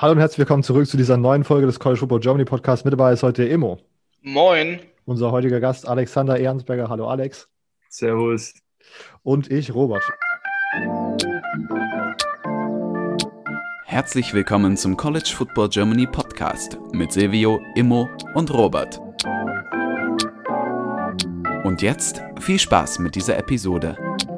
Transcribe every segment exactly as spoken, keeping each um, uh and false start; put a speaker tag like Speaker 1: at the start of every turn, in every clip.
Speaker 1: Hallo und herzlich willkommen zurück zu dieser neuen Folge des College Football Germany Podcast. Mit dabei ist heute Emo.
Speaker 2: Moin.
Speaker 1: Unser heutiger Gast Alexander Ehrensberger. Hallo Alex.
Speaker 3: Servus.
Speaker 1: Und ich, Robert.
Speaker 4: Herzlich willkommen zum College Football Germany Podcast mit Silvio, Immo und Robert. Und jetzt viel Spaß mit dieser Episode.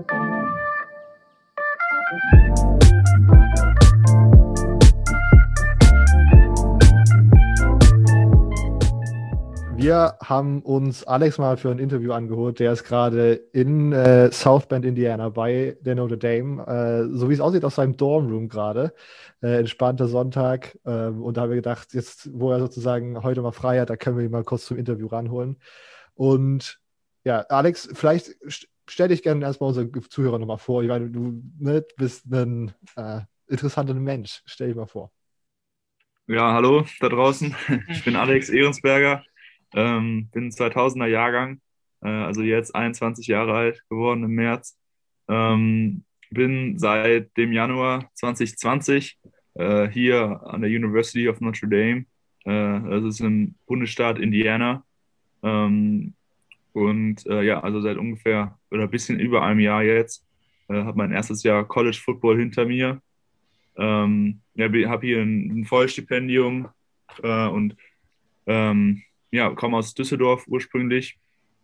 Speaker 1: Wir haben uns Alex mal für ein Interview angeholt. Der ist gerade in äh, South Bend, Indiana, bei der Notre Dame. Äh, so wie es aussieht, aus seinem Dormroom gerade. Äh, entspannter Sonntag. Äh, und da haben wir gedacht, jetzt, wo er sozusagen heute mal frei hat, da können wir ihn mal kurz zum Interview ranholen. Und ja, Alex, vielleicht st- stell dich gerne erstmal unseren Zuhörern nochmal vor. Ich meine, du ne, bist ein äh, interessanter Mensch. Stell dich mal vor.
Speaker 3: Ja, hallo da draußen. Ich bin Alex Ehrensberger, ähm, bin zweitausender Jahrgang, äh, also jetzt einundzwanzig Jahre alt geworden im März. Ähm, bin seit dem Januar zwanzig zwanzig äh, hier an der University of Notre Dame. Äh, das ist im Bundesstaat Indiana. Ähm, und äh, ja, also seit ungefähr oder ein bisschen über einem Jahr jetzt, äh, habe mein erstes Jahr College Football hinter mir. Ähm, ja, habe hier ein, ein Vollstipendium äh, und ähm, ja, komme aus Düsseldorf ursprünglich.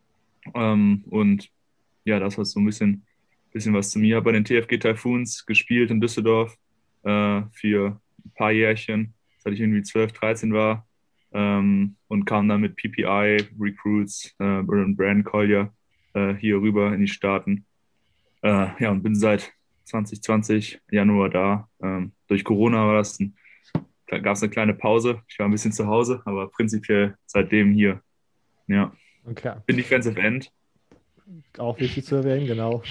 Speaker 3: Ähm, und ja, das war so ein bisschen, bisschen was zu mir. Habe bei den T F G Typhoons gespielt in Düsseldorf äh, für ein paar Jährchen, seit ich irgendwie zwölf, dreizehn war. Ähm, und kam dann mit P P I, Recruits äh, und Brand Collier äh, hier rüber in die Staaten. Äh, ja, und bin seit zwanzig zwanzig Januar da. Ähm, durch Corona war das ein, gab es eine kleine Pause. Ich war ein bisschen zu Hause, aber prinzipiell seitdem hier. Ja,
Speaker 1: Okay.
Speaker 3: bin Defensive End.
Speaker 1: Auch wichtig zu erwähnen, genau.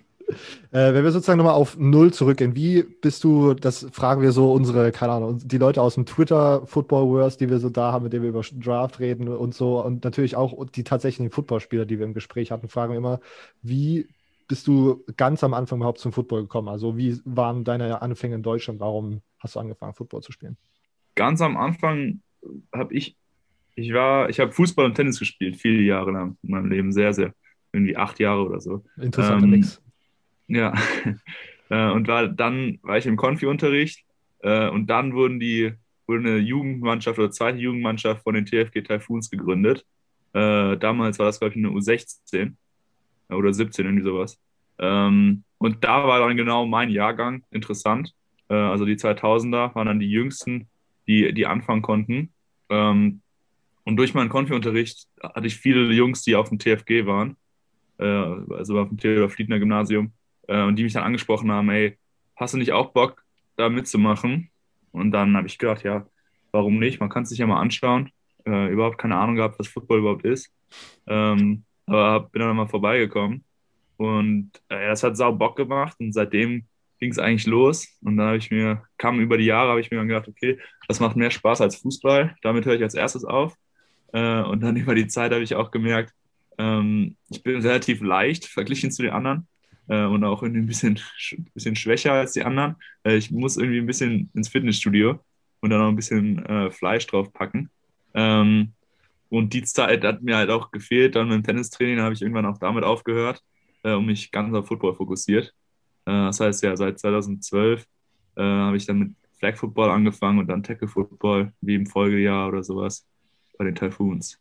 Speaker 1: Äh, wenn wir sozusagen nochmal auf Null zurückgehen, wie bist du, das fragen wir so unsere, keine Ahnung, die Leute aus dem Twitter Footballverse, die wir so da haben, mit denen wir über Draft reden und so und natürlich auch die tatsächlichen Footballspieler, die wir im Gespräch hatten, fragen wir immer, wie bist du ganz am Anfang überhaupt zum Football gekommen? Also wie waren deine Anfänge in Deutschland? Warum hast du angefangen, Football zu spielen?
Speaker 3: Ganz am Anfang habe ich, ich war, ich habe Fußball und Tennis gespielt, viele Jahre lang in meinem Leben, sehr, sehr, irgendwie acht Jahre oder so.
Speaker 1: Interessanter
Speaker 3: Ähm,
Speaker 1: Mix.
Speaker 3: Ja, äh, und war, dann war ich im Konfi-Unterricht äh, und dann wurden die, wurde eine Jugendmannschaft oder zweite Jugendmannschaft von den T F G Typhoons gegründet. Äh, damals war das, glaube ich, eine U sechzehn oder siebzehn, irgendwie sowas. Ähm, und da war dann genau mein Jahrgang interessant. Äh, also die zweitausender waren dann die Jüngsten, die, die anfangen konnten. Ähm, und durch meinen Konfi-Unterricht hatte ich viele Jungs, die auf dem T F G waren, äh, also auf dem Theodor Fliedner Gymnasium, äh, und die mich dann angesprochen haben, ey, hast du nicht auch Bock, da mitzumachen? Und dann habe ich gedacht, ja, warum nicht? Man kann es sich ja mal anschauen. Äh, überhaupt keine Ahnung gehabt, was Football überhaupt ist. Ähm, aber bin dann mal vorbeigekommen. Und äh, das hat sau Bock gemacht und seitdem ging es eigentlich los. Und dann habe ich mir, kam über die Jahre, habe ich mir dann gedacht, okay, das macht mehr Spaß als Fußball. Damit höre ich als erstes auf. Äh, und dann über die Zeit habe ich auch gemerkt, ähm, ich bin relativ leicht verglichen zu den anderen äh, und auch irgendwie ein bisschen, sch- bisschen schwächer als die anderen. Äh, ich muss irgendwie ein bisschen ins Fitnessstudio und dann noch ein bisschen äh, Fleisch drauf packen. Ähm, und die Zeit hat mir halt auch gefehlt. Dann mit dem Tennistraining habe ich irgendwann auch damit aufgehört äh, und mich ganz auf Football fokussiert. Äh, das heißt, ja, seit zweitausendzwölf äh, habe ich dann mit Flag Football angefangen und dann Tackle Football, wie im Folgejahr oder sowas bei den Typhoons.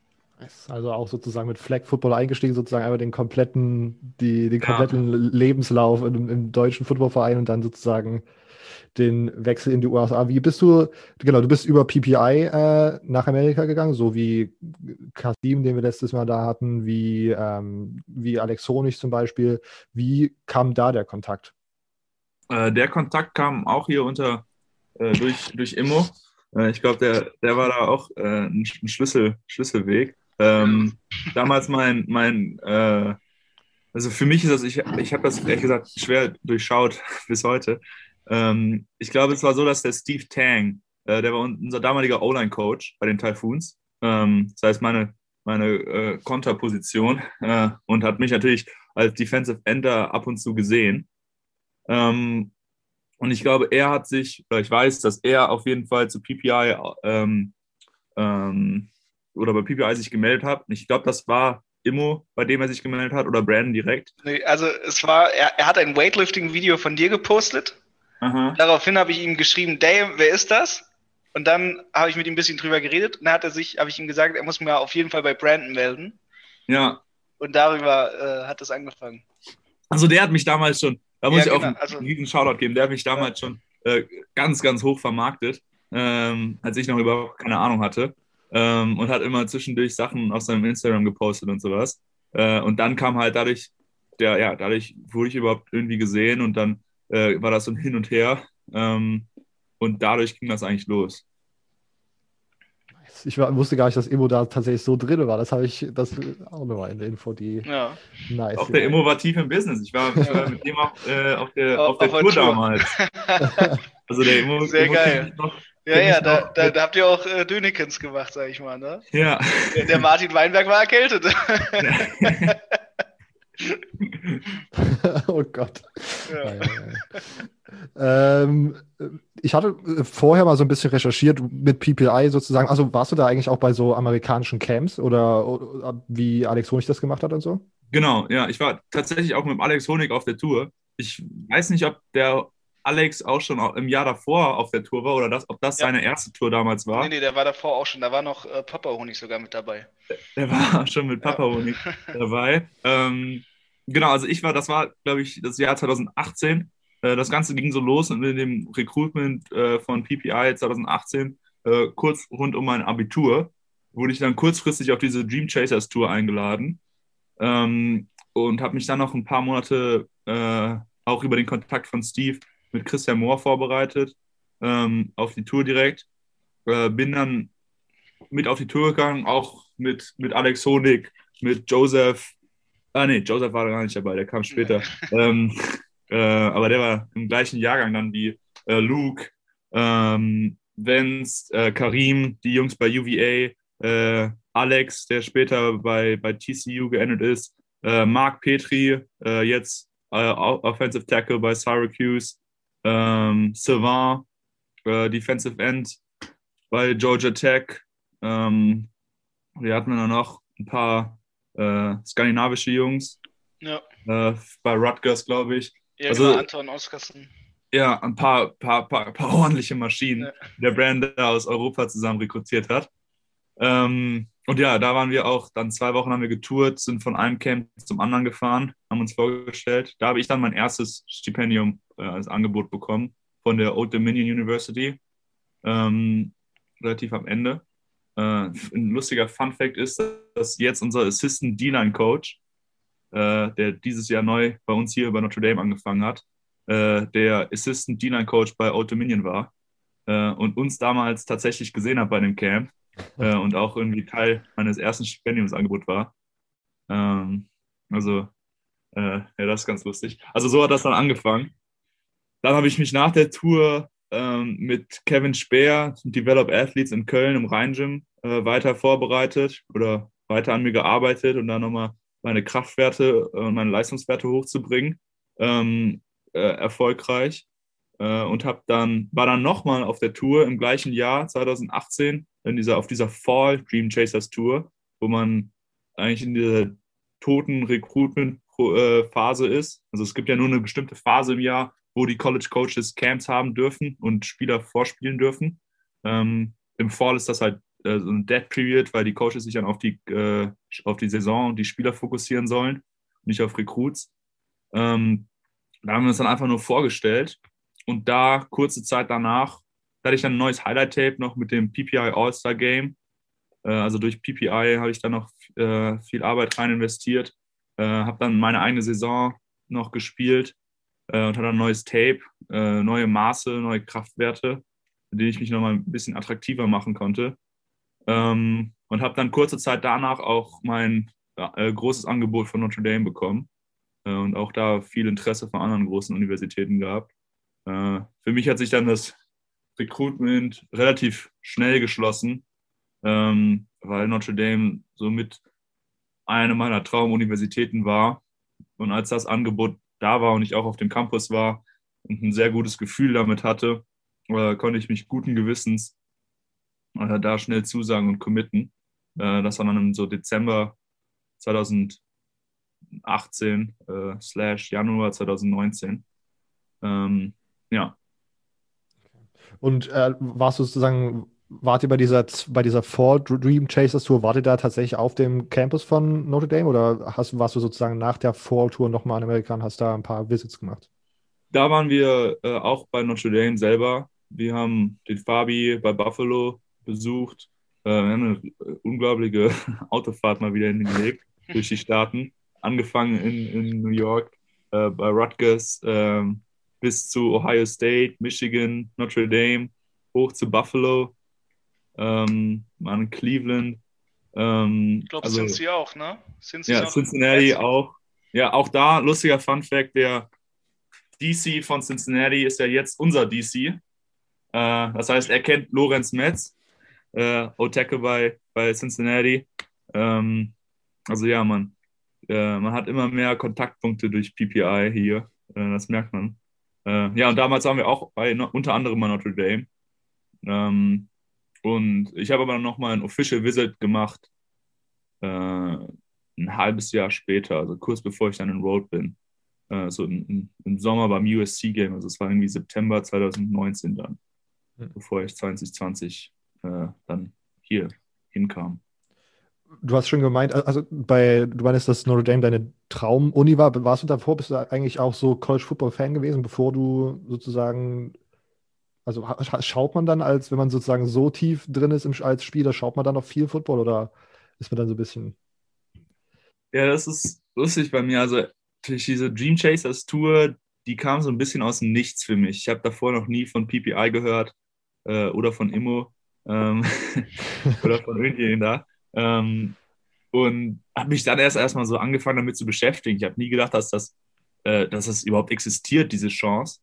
Speaker 1: Also auch sozusagen mit Flag Football eingestiegen, sozusagen einmal den kompletten, die, den
Speaker 3: Ja,
Speaker 1: kompletten Lebenslauf im, im deutschen Footballverein und dann sozusagen den Wechsel in die U S A. Wie bist du, genau, du bist über P P I äh, nach Amerika gegangen, so wie Kasim, den wir letztes Mal da hatten, wie, ähm, wie Alex Honig zum Beispiel. Wie kam da der Kontakt?
Speaker 3: äh, der Kontakt kam auch hier unter äh, durch, durch Immo. Äh, ich glaube, der, der war da auch äh, ein, ein Schlüssel, Schlüsselweg. Ähm, damals mein, mein äh, also für mich ist das, ich, ich habe das ehrlich gesagt schwer durchschaut bis heute. Ähm, ich glaube, es war so, dass der Steve Tang, äh, der war unser damaliger O-Line-Coach bei den Typhoons, ähm, das heißt meine, meine äh, Konterposition, äh, und hat mich natürlich als Defensive Ender ab und zu gesehen. Ähm, Und ich glaube, er hat sich, oder ich weiß, dass er auf jeden Fall zu P P I ähm, ähm, oder bei P P I sich gemeldet hat. Ich glaube, das war Immo, bei dem er sich gemeldet hat, oder Brandon direkt.
Speaker 2: Nee, also es war, er, er hat ein Weightlifting-Video von dir gepostet.
Speaker 3: Aha.
Speaker 2: Daraufhin habe ich ihm geschrieben, Dave, wer ist das? Und dann habe ich mit ihm ein bisschen drüber geredet. Und dann hat er sich, habe ich ihm gesagt, er muss mir auf jeden Fall bei Brandon melden.
Speaker 3: Ja.
Speaker 2: Und darüber äh, hat es angefangen.
Speaker 3: Also der hat mich damals schon, da muss
Speaker 2: Ja,
Speaker 3: ich
Speaker 2: genau,
Speaker 3: auch
Speaker 2: also-
Speaker 3: einen riesen Shoutout geben, der hat mich damals schon äh, ganz, ganz hoch vermarktet, ähm, als ich noch überhaupt keine Ahnung hatte. Ähm, und hat immer zwischendurch Sachen auf seinem Instagram gepostet und sowas. Äh, und dann kam halt dadurch, der, ja, dadurch wurde ich überhaupt irgendwie gesehen und dann äh, war das so ein Hin und Her. Ähm, und dadurch ging das eigentlich los.
Speaker 1: Ich war, wusste gar nicht, dass Immo da tatsächlich so drin war. Das habe ich, das auch nochmal eine Info, die
Speaker 2: Ja.
Speaker 1: nice.
Speaker 3: Auch der innovativ im Business. Ich war, ich war mit dem auch äh, auf der,
Speaker 2: Auf-
Speaker 3: auf der
Speaker 2: auf der
Speaker 3: Tour,
Speaker 2: Tour.
Speaker 3: damals. Also der Immo,
Speaker 2: Sehr
Speaker 3: Immo
Speaker 2: geil.
Speaker 3: kennt mich noch,
Speaker 2: Ja,
Speaker 3: kennt
Speaker 2: ja,
Speaker 3: mich
Speaker 2: da,
Speaker 3: noch
Speaker 2: da,
Speaker 3: mit-
Speaker 2: da habt ihr auch äh, Dönekens gemacht, sag ich mal, ne?
Speaker 3: Ja.
Speaker 2: Der, der Martin Weinberg war erkältet.
Speaker 1: Oh Gott.
Speaker 2: Ja.
Speaker 1: Ja, ja, ja. ähm, ich hatte äh, vorher mal so ein bisschen recherchiert mit P P I sozusagen. Also warst du da eigentlich auch bei so amerikanischen Camps oder, oder wie Alex Honig das gemacht hat und so?
Speaker 3: Genau, ja. Ich war tatsächlich auch mit dem Alex Honig auf der Tour. Ich weiß nicht, ob der Alex auch schon im Jahr davor auf der Tour war oder das, ob das
Speaker 2: Ja.
Speaker 3: seine erste Tour damals war.
Speaker 2: Nee, nee, der war davor auch schon. Da war noch äh, Papa Honig sogar mit dabei.
Speaker 3: Der war schon mit Papa Honig dabei. Ähm, genau, also ich war, das war, glaube ich, das Jahr zwanzig achtzehn. Äh, das Ganze ging so los mit dem Recruitment äh, von P P I zwanzig achtzehn, äh, kurz rund um mein Abitur, wurde ich dann kurzfristig auf diese Dream Chasers Tour eingeladen ähm, und habe mich dann noch ein paar Monate äh, auch über den Kontakt von Steve mit Christian Mohr vorbereitet ähm, auf die Tour direkt. Äh, bin dann mit auf die Tour gegangen, auch mit, mit Alex Honig, mit Joseph. Ah, nee, Joseph war gar nicht dabei, der kam später. ähm, äh, aber der war im gleichen Jahrgang dann wie äh, Luke, ähm, Vince, äh, Karim, die Jungs bei U V A, äh, Alex, der später bei, bei T C U geendet ist, äh, Mark Petri, äh, jetzt äh, Offensive Tackle bei Syracuse, ähm, Sylvain, äh, Defensive End bei Georgia Tech. Ähm, wir hatten dann noch ein paar äh, skandinavische Jungs
Speaker 2: Ja,
Speaker 3: äh, bei Rutgers, glaube ich.
Speaker 2: ja
Speaker 3: Also-
Speaker 2: genau, Anton Oskarsson.
Speaker 3: Ja, ein paar, paar, paar, paar ordentliche Maschinen,
Speaker 2: Ja.
Speaker 3: die der Brand da aus Europa zusammen rekrutiert hat. Ähm, und ja, da waren wir auch, dann zwei Wochen haben wir getourt, sind von einem Camp zum anderen gefahren, haben uns vorgestellt. Da habe ich dann mein erstes Stipendium äh, als Angebot bekommen von der Old Dominion University, ähm, relativ am Ende. Äh, ein lustiger Fun-Fact ist, dass jetzt unser Assistant D-Line-Coach, äh, der dieses Jahr neu bei uns hier bei Notre Dame angefangen hat, äh, der Assistant D-Line-Coach bei Old Dominion war äh, und uns damals tatsächlich gesehen hat bei dem Camp äh, und auch irgendwie Teil meines ersten Stipendiumsangebots war. Ähm, also, äh, ja, das ist ganz lustig. Also so hat das dann angefangen. Dann habe ich mich nach der Tour ähm, mit Kevin Speer, Develop Athletes in Köln im Rhein-Gym, äh, weiter vorbereitet oder weiter an mir gearbeitet und dann nochmal meine Kraftwerte und äh, meine Leistungswerte hochzubringen. Ähm, äh, erfolgreich. Äh, und hab dann, war dann nochmal auf der Tour im gleichen Jahr, zwanzig achtzehn, in dieser, auf dieser Fall Dream Chasers Tour, wo man eigentlich in dieser toten Recruitment-Phase ist. Also es gibt ja nur eine bestimmte Phase im Jahr, wo die College Coaches Camps haben dürfen und Spieler vorspielen dürfen. Ähm, Im Fall ist das halt äh, so ein Dead Period, weil die Coaches sich dann auf die, äh, auf die Saison und die Spieler fokussieren sollen, nicht auf Recruits. Ähm, da haben wir uns dann einfach nur vorgestellt und da kurze Zeit danach, da hatte ich dann ein neues Highlight-Tape noch mit dem P P I All-Star Game. Äh, also durch P P I habe ich dann noch äh, viel Arbeit rein investiert, äh, habe dann meine eigene Saison noch gespielt äh, und hatte ein neues Tape, äh, neue Maße, neue Kraftwerte, mit denen ich mich nochmal ein bisschen attraktiver machen konnte. Ähm, und habe dann kurze Zeit danach auch mein äh, großes Angebot von Notre Dame bekommen. Und auch da viel Interesse von anderen großen Universitäten gehabt. Für mich hat sich dann das Recruitment relativ schnell geschlossen, weil Notre Dame somit eine meiner Traumuniversitäten war. Und als das Angebot da war und ich auch auf dem Campus war, und ein sehr gutes Gefühl damit hatte, äh, konnte ich mich guten Gewissens äh, da schnell zusagen und committen. Äh, das war dann im so Dezember zweitausendachtzehn äh, slash Januar zweitausendneunzehn. Ähm, ja.
Speaker 1: Und äh, warst du sozusagen, wart ihr bei dieser, bei dieser Fall Dream Chasers Tour, wart ihr da tatsächlich auf dem Campus von Notre Dame oder hast, warst du sozusagen nach der Fall Tour nochmal in Amerika und hast da ein paar Visits gemacht?
Speaker 3: Da waren wir äh, auch bei Notre Dame selber. Wir haben den Fabi bei Buffalo besucht. Äh, wir haben eine äh, unglaubliche Autofahrt mal wieder hingelegt durch die Staaten. Angefangen in, in New York, äh, bei Rutgers, ähm, bis zu Ohio State, Michigan, Notre Dame, hoch zu Buffalo, ähm, mal in Cleveland. Ähm,
Speaker 2: Ich glaube,
Speaker 3: also,
Speaker 2: Cincy auch, ne? Cincy ist
Speaker 3: ja,
Speaker 2: auch
Speaker 3: Cincinnati
Speaker 2: jetzt.
Speaker 3: auch. Ja, auch da, lustiger Fun Fact, der D C von Cincinnati ist ja jetzt unser D C. Äh, das heißt, er kennt Lorenz Metz, äh, O-Tackle bei, bei Cincinnati. Ähm, also ja, man, äh, man hat immer mehr Kontaktpunkte durch P P I hier. Äh, das merkt man. Äh, ja, und damals waren wir auch bei unter anderem bei Notre Dame. Ähm, und ich habe aber noch mal ein Official Visit gemacht, äh, ein halbes Jahr später, also kurz bevor ich dann enrolled bin. Äh, so im, im Sommer beim U S C-Game, also es war irgendwie September zweitausendneunzehn dann,
Speaker 1: Hm.
Speaker 3: bevor ich zwanzig zwanzig äh, dann hier hinkam.
Speaker 1: Du hast schon gemeint, also bei, du meinst, dass Notre Dame deine Traum-Uni war. Warst du davor, bist du eigentlich auch so College-Football-Fan gewesen, bevor du sozusagen, also ha- schaut man dann, als wenn man sozusagen so tief drin ist im, als Spieler, schaut man dann noch viel Football oder ist man dann so ein bisschen.
Speaker 3: Ja, das ist lustig bei mir. Also durch diese Dream Chasers Tour, die kam so ein bisschen aus dem Nichts für mich. Ich habe davor noch nie von P P I gehört äh, oder von Immo ähm, oder von irgendjemandem da. Ähm, und habe mich dann erst erstmal so angefangen damit zu beschäftigen. Ich habe nie gedacht, dass das, äh, dass das überhaupt existiert, diese Chance.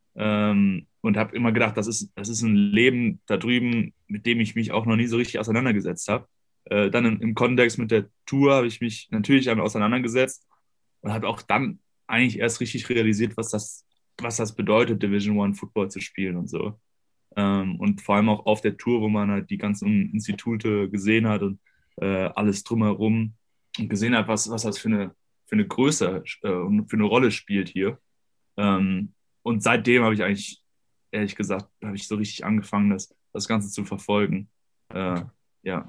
Speaker 3: Ähm, und habe immer gedacht, das ist, das ist ein Leben da drüben, mit dem ich mich auch noch nie so richtig auseinandergesetzt habe. Äh, dann im, im Kontext mit der Tour habe ich mich natürlich damit auseinandergesetzt und habe auch dann eigentlich erst richtig realisiert, was das, was das bedeutet, Division One Football zu spielen und so. Ähm, und vor allem auch auf der Tour, wo man halt die ganzen Institute gesehen hat und äh, alles drumherum und gesehen hat, was, was das für eine, für eine Größe äh, und für eine Rolle spielt hier. Ähm, und seitdem habe ich eigentlich, ehrlich gesagt, habe ich so richtig angefangen, das, das Ganze zu verfolgen. Äh, ja.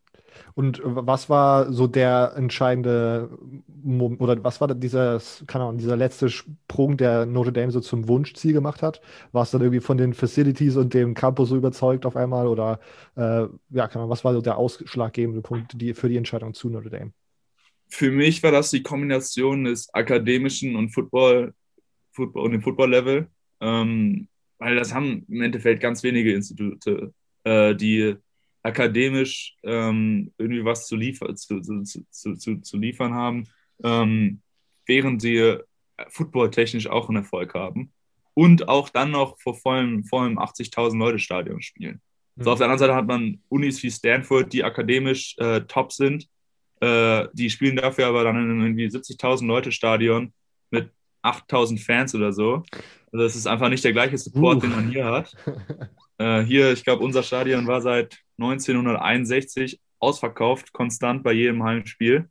Speaker 1: Und was war so der entscheidende Moment, oder was war dieses, keine Ahnung, dieser letzte Sprung, der Notre Dame so zum Wunschziel gemacht hat? Warst du dann irgendwie von den Facilities und dem Campus so überzeugt auf einmal? Oder äh, ja, keine Ahnung, was war so der ausschlaggebende Punkt die, für die Entscheidung zu Notre Dame?
Speaker 3: Für mich war das die Kombination des akademischen und Football, Football und dem Football-Level, ähm, weil das haben im Endeffekt ganz wenige Institute, äh, die akademisch ähm, irgendwie was zu, liefer zu, zu, zu, zu, zu liefern haben, ähm, während sie footballtechnisch auch einen Erfolg haben und auch dann noch vor vollem, vollem achtzigtausend Leute Stadion spielen. So, auf
Speaker 1: Mhm.
Speaker 3: der anderen Seite hat man Unis wie Stanford, die akademisch äh, top sind, äh, die spielen dafür aber dann in einem irgendwie siebzigtausend Leute Stadion mit achttausend Fans oder so. Also das ist einfach nicht der gleiche
Speaker 1: Uh.
Speaker 3: Support, den man hier hat. Äh, hier, ich glaube, unser Stadion war seit neunzehnhunderteinundsechzig ausverkauft, konstant bei jedem Heimspiel,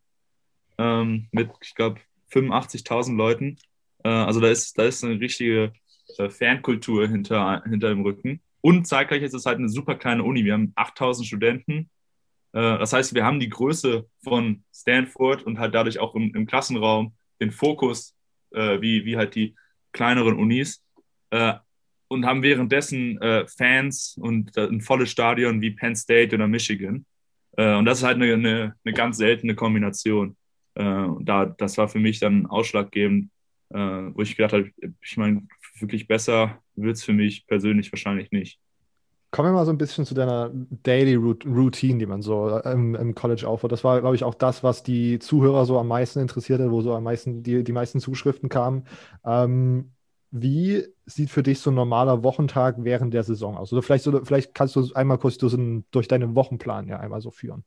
Speaker 3: ähm, mit, ich glaube, fünfundachtzigtausend Leuten. Äh, also da ist, da ist eine richtige äh, Fankultur hinter, hinter dem Rücken. Und zeitgleich ist es halt eine super kleine Uni. Wir haben achttausend Studenten. Äh, das heißt, wir haben die Größe von Stanford und halt dadurch auch im, im Klassenraum den Fokus, äh, wie, wie halt die kleineren Unis. Äh, und haben währenddessen äh, Fans und äh, ein volles Stadion wie Penn State oder Michigan. Äh, und das ist halt eine, eine, eine ganz seltene Kombination. Äh, da, das war für mich dann ausschlaggebend, äh, wo ich gedacht habe, ich meine, wirklich besser wird es für mich persönlich wahrscheinlich nicht.
Speaker 1: Kommen wir mal so ein bisschen zu deiner Daily Rout- Routine, die man so im, im College aufbaut. Das war, glaube ich, auch das, was die Zuhörer so am meisten interessierte, wo so am meisten die, die meisten Zuschriften kamen. Ähm, wie sieht für dich so ein normaler Wochentag während der Saison aus? Oder vielleicht, so, vielleicht kannst du einmal kurz durch, so einen- durch deinen Wochenplan ja einmal so führen.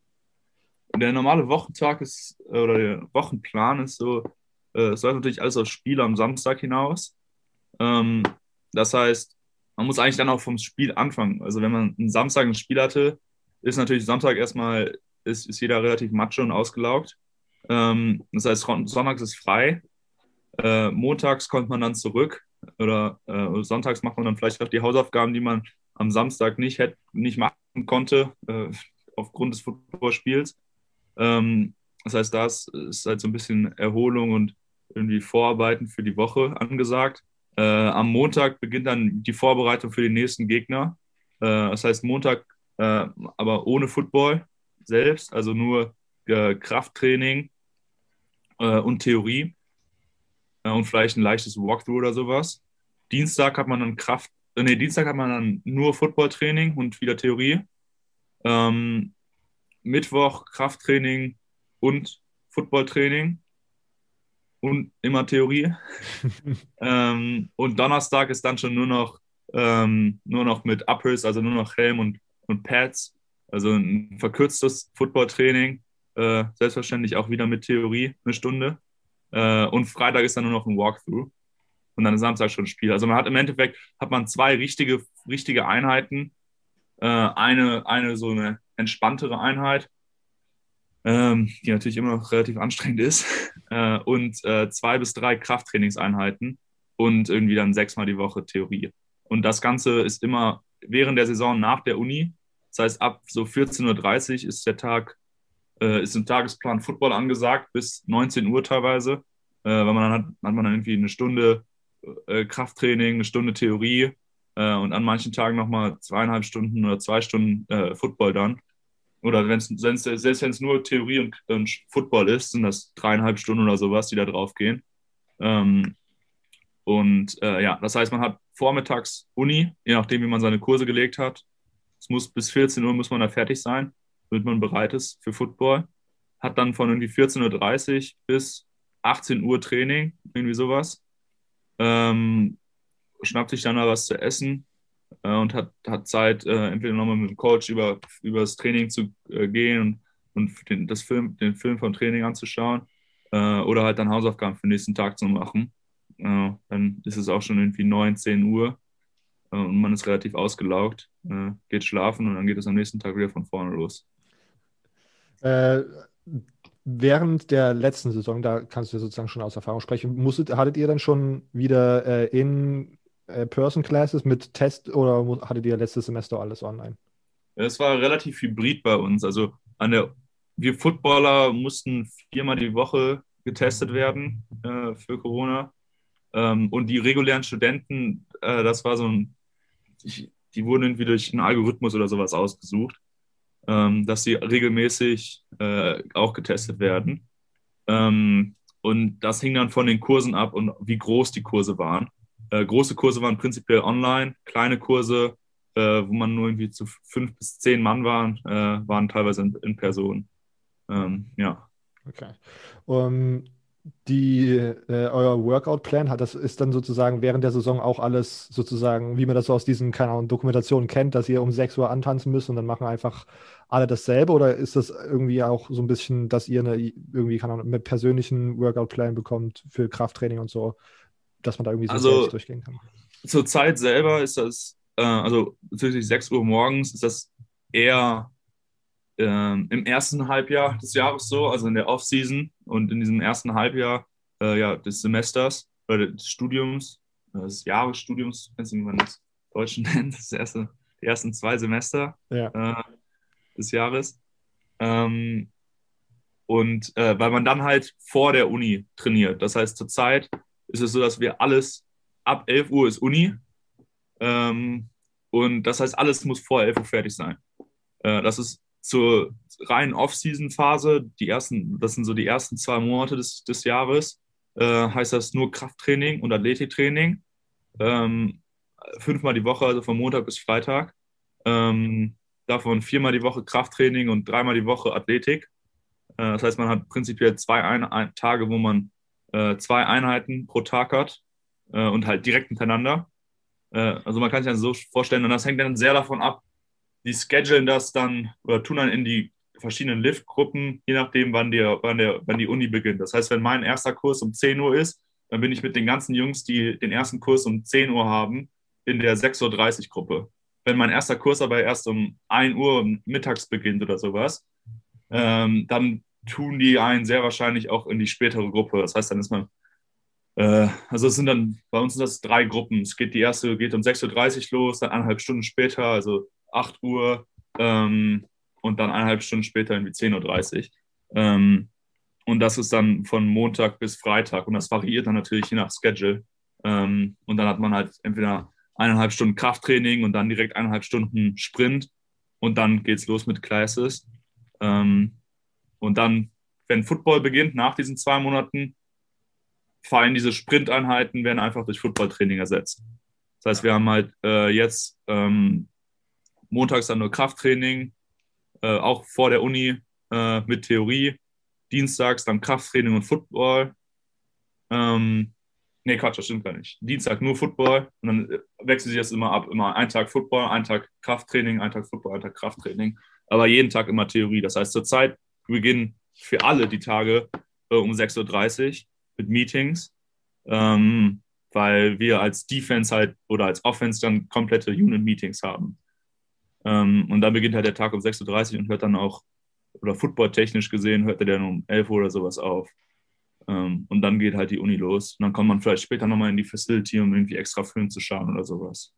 Speaker 3: Der normale Wochentag ist, äh, oder der Wochenplan ist so, äh, es läuft natürlich alles aufs Spiel am Samstag hinaus. Ähm, das heißt, man muss eigentlich dann auch vom Spiel anfangen. Also wenn man einen Samstag ein Spiel hatte, ist natürlich Samstag erstmal, ist, ist jeder relativ matsche und ausgelaugt. Ähm, das heißt, sonntags ist frei. Äh, montags kommt man dann zurück oder äh, sonntags macht man dann vielleicht auch die Hausaufgaben, die man am Samstag nicht, hätte, nicht machen konnte, äh, aufgrund des Footballspiels. Ähm, das heißt, da ist, ist halt so ein bisschen Erholung und irgendwie Vorarbeiten für die Woche angesagt. Äh, am Montag beginnt dann die Vorbereitung für den nächsten Gegner. Äh, das heißt, Montag äh, aber ohne Football selbst, also nur äh, Krafttraining äh, und Theorie äh, und vielleicht ein leichtes Walkthrough oder sowas. Dienstag hat man dann Kraft, äh, nee, Dienstag hat man dann nur Footballtraining und wieder Theorie. Ähm, Mittwoch Krafttraining und Footballtraining und immer Theorie. ähm, und Donnerstag ist dann schon nur noch, ähm, nur noch mit Uppers, also nur noch Helm und, und Pads. Also ein verkürztes Footballtraining. Äh, selbstverständlich auch wieder mit Theorie eine Stunde. Äh, und Freitag ist dann nur noch ein Walkthrough. Und dann ist Samstag schon ein Spiel. Also man hat im Endeffekt hat man zwei richtige, richtige Einheiten. Äh, eine, eine so eine entspanntere Einheit, ähm, die natürlich immer noch relativ anstrengend ist. Äh, und äh, zwei bis drei Krafttrainingseinheiten und irgendwie dann sechsmal die Woche Theorie. Und das Ganze ist immer während der Saison nach der Uni. Das heißt, ab so vierzehn Uhr dreißig ist der Tag, äh, ist im Tagesplan Football angesagt, bis neunzehn Uhr teilweise. Äh, weil man dann hat, hat man dann irgendwie eine Stunde äh, Krafttraining, eine Stunde Theorie äh, und an manchen Tagen nochmal zweieinhalb Stunden oder zwei Stunden äh, Football dann. Oder wenn's, wenn's, selbst wenn es nur Theorie und, und Football ist, sind das dreieinhalb Stunden oder sowas, die da drauf gehen. Ähm, und äh, ja, das heißt, man hat vormittags Uni, je nachdem, wie man seine Kurse gelegt hat. Es muss bis vierzehn Uhr muss man da fertig sein, damit man bereit ist für Football. Hat dann von irgendwie vierzehn Uhr dreißig bis achtzehn Uhr Training, irgendwie sowas. Ähm, schnappt sich dann mal was zu essen äh, und hat, hat Zeit, äh, entweder nochmal mit dem Coach über, über das Training zu äh, gehen und, und den, das Film, den Film vom Training anzuschauen äh, oder halt dann Hausaufgaben für den nächsten Tag zu machen. Äh, dann ist es auch schon irgendwie neun, zehn Uhr äh, und man ist relativ ausgelaugt, äh, geht schlafen und dann geht es am nächsten Tag wieder von vorne los.
Speaker 1: Äh, während der letzten Saison, da kannst du sozusagen schon aus Erfahrung sprechen, musstet, hattet ihr dann schon wieder äh, in äh, Person Classes mit Test oder mu- hattet ihr letztes Semester alles online?
Speaker 3: Es war relativ hybrid bei uns. Also an der, wir Footballer mussten viermal die Woche getestet werden äh, für Corona. Ähm, und die regulären Studenten, äh, das war so ein, ich, die wurden irgendwie durch einen Algorithmus oder sowas ausgesucht, ähm, dass sie regelmäßig äh, auch getestet werden. Ähm, und das hing dann von den Kursen ab und wie groß die Kurse waren. Äh, große Kurse waren prinzipiell online, kleine Kurse, äh, wo man nur irgendwie zu fünf bis zehn Mann waren, äh, waren teilweise in, in Person. Ähm, ja.
Speaker 1: Okay. Um, die, äh, euer Workout-Plan hat, das ist dann sozusagen während der Saison auch alles sozusagen, wie man das so aus diesen, keine Ahnung, Dokumentationen kennt, dass ihr um sechs Uhr antanzen müsst und dann machen einfach alle dasselbe oder ist das irgendwie auch so ein bisschen, dass ihr eine, irgendwie, keine Ahnung, mit persönlichen Workout-Plan bekommt für Krafttraining und so, dass man da irgendwie so selbst
Speaker 3: Also
Speaker 1: durchgehen kann?
Speaker 3: zur Zeit selber ist das, äh, also bezüglich sechs Uhr morgens, ist das eher ähm, im ersten Halbjahr des Jahres so, also in der Off-Season und in diesem ersten Halbjahr äh, ja, des Semesters oder des Studiums, äh, des Jahresstudiums, ich weiß nicht, wie man das Deutschen nennt, das erste, die ersten zwei Semester
Speaker 1: Ja.
Speaker 3: äh, des Jahres. Ähm, und äh, weil man dann halt vor der Uni trainiert. Das heißt, zurzeit ist es so, dass wir alles ab elf Uhr ist Uni. Ähm, und das heißt, alles muss vor elf Uhr fertig sein. Äh, das ist zur reinen Off-Season-Phase, die ersten, das sind so die ersten zwei Monate des, des Jahres, äh, heißt das nur Krafttraining und Athletiktraining. Ähm, fünfmal die Woche, also von Montag bis Freitag. Ähm, davon viermal die Woche Krafttraining und dreimal die Woche Athletik. Äh, das heißt, man hat prinzipiell zwei ein ein Tage, wo man äh, zwei Einheiten pro Tag hat äh, und halt direkt hintereinander. Äh, also man kann sich das so vorstellen, und das hängt dann sehr davon ab, die schedulen das dann oder tun dann in die verschiedenen Liftgruppen, je nachdem, wann, der, wann, der, wann die Uni beginnt. Das heißt, wenn mein erster Kurs um zehn Uhr ist, dann bin ich mit den ganzen Jungs, die den ersten Kurs um zehn Uhr haben, in der sechs Uhr dreißig Gruppe. Wenn mein erster Kurs aber erst um ein Uhr mittags beginnt oder sowas, ähm, dann tun die einen sehr wahrscheinlich auch in die spätere Gruppe. Das heißt, dann ist man, äh, also es sind dann, bei uns sind das drei Gruppen. Es geht, die erste geht um sechs Uhr dreißig los, dann eineinhalb Stunden später, also acht Uhr, ähm, und dann eineinhalb Stunden später irgendwie zehn Uhr dreißig. Ähm, und das ist dann von Montag bis Freitag und das variiert dann natürlich je nach Schedule. Ähm, und dann hat man halt entweder eineinhalb Stunden Krafttraining und dann direkt eineinhalb Stunden Sprint und dann geht's los mit Classes. Ähm, und dann, wenn Football beginnt, nach diesen zwei Monaten, fallen diese Sprinteinheiten, werden einfach durch Footballtraining ersetzt. Das heißt, wir haben halt äh, jetzt ähm, montags dann nur Krafttraining, äh, auch vor der Uni äh, mit Theorie, dienstags dann Krafttraining und Football. Ähm, nee, Quatsch, das stimmt gar nicht. Dienstag nur Football und dann wechselt sich das immer ab. Immer ein Tag Football, ein Tag Krafttraining, ein Tag Football, ein Tag Krafttraining. Aber jeden Tag immer Theorie. Das heißt, zurzeit beginnen für alle die Tage äh, um sechs Uhr dreißig mit Meetings, ähm, weil wir als Defense halt oder als Offense dann komplette Unit-Meetings haben. Ähm, und dann beginnt halt der Tag um sechs Uhr dreißig und hört dann auch, oder footballtechnisch gesehen, hört er dann um elf Uhr oder sowas auf. Ähm, und dann geht halt die Uni los. Und dann kommt man vielleicht später nochmal in die Facility, um irgendwie extra Film zu schauen oder sowas.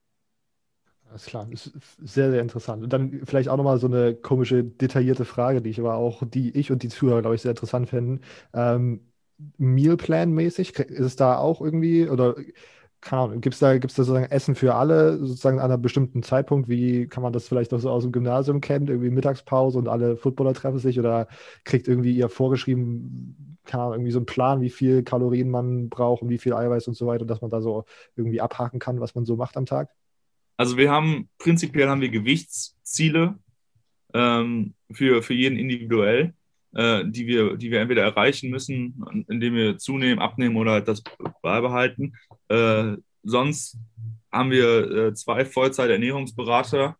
Speaker 1: Alles klar, das ist sehr, sehr interessant. Und dann vielleicht auch nochmal so eine komische, detaillierte Frage, die ich aber auch, die ich und die Zuhörer, glaube ich, sehr interessant finden. Ähm, Mealplan-mäßig, ist es da auch irgendwie, oder keine Ahnung, gibt es da, gibt's da sozusagen Essen für alle, sozusagen an einem bestimmten Zeitpunkt? Wie kann man das vielleicht noch so aus dem Gymnasium kennen? Irgendwie Mittagspause und alle Footballer treffen sich oder kriegt irgendwie ihr vorgeschrieben, keine Ahnung, irgendwie so einen Plan, wie viel Kalorien man braucht und wie viel Eiweiß und so weiter, dass man da so irgendwie abhaken kann, was man so macht am Tag?
Speaker 3: Also wir haben, prinzipiell haben wir Gewichtsziele ähm, für, für jeden individuell, äh, die wir, die wir entweder erreichen müssen, indem wir zunehmen, abnehmen oder halt das beibehalten. Äh, sonst haben wir äh, zwei Vollzeit-Ernährungsberater,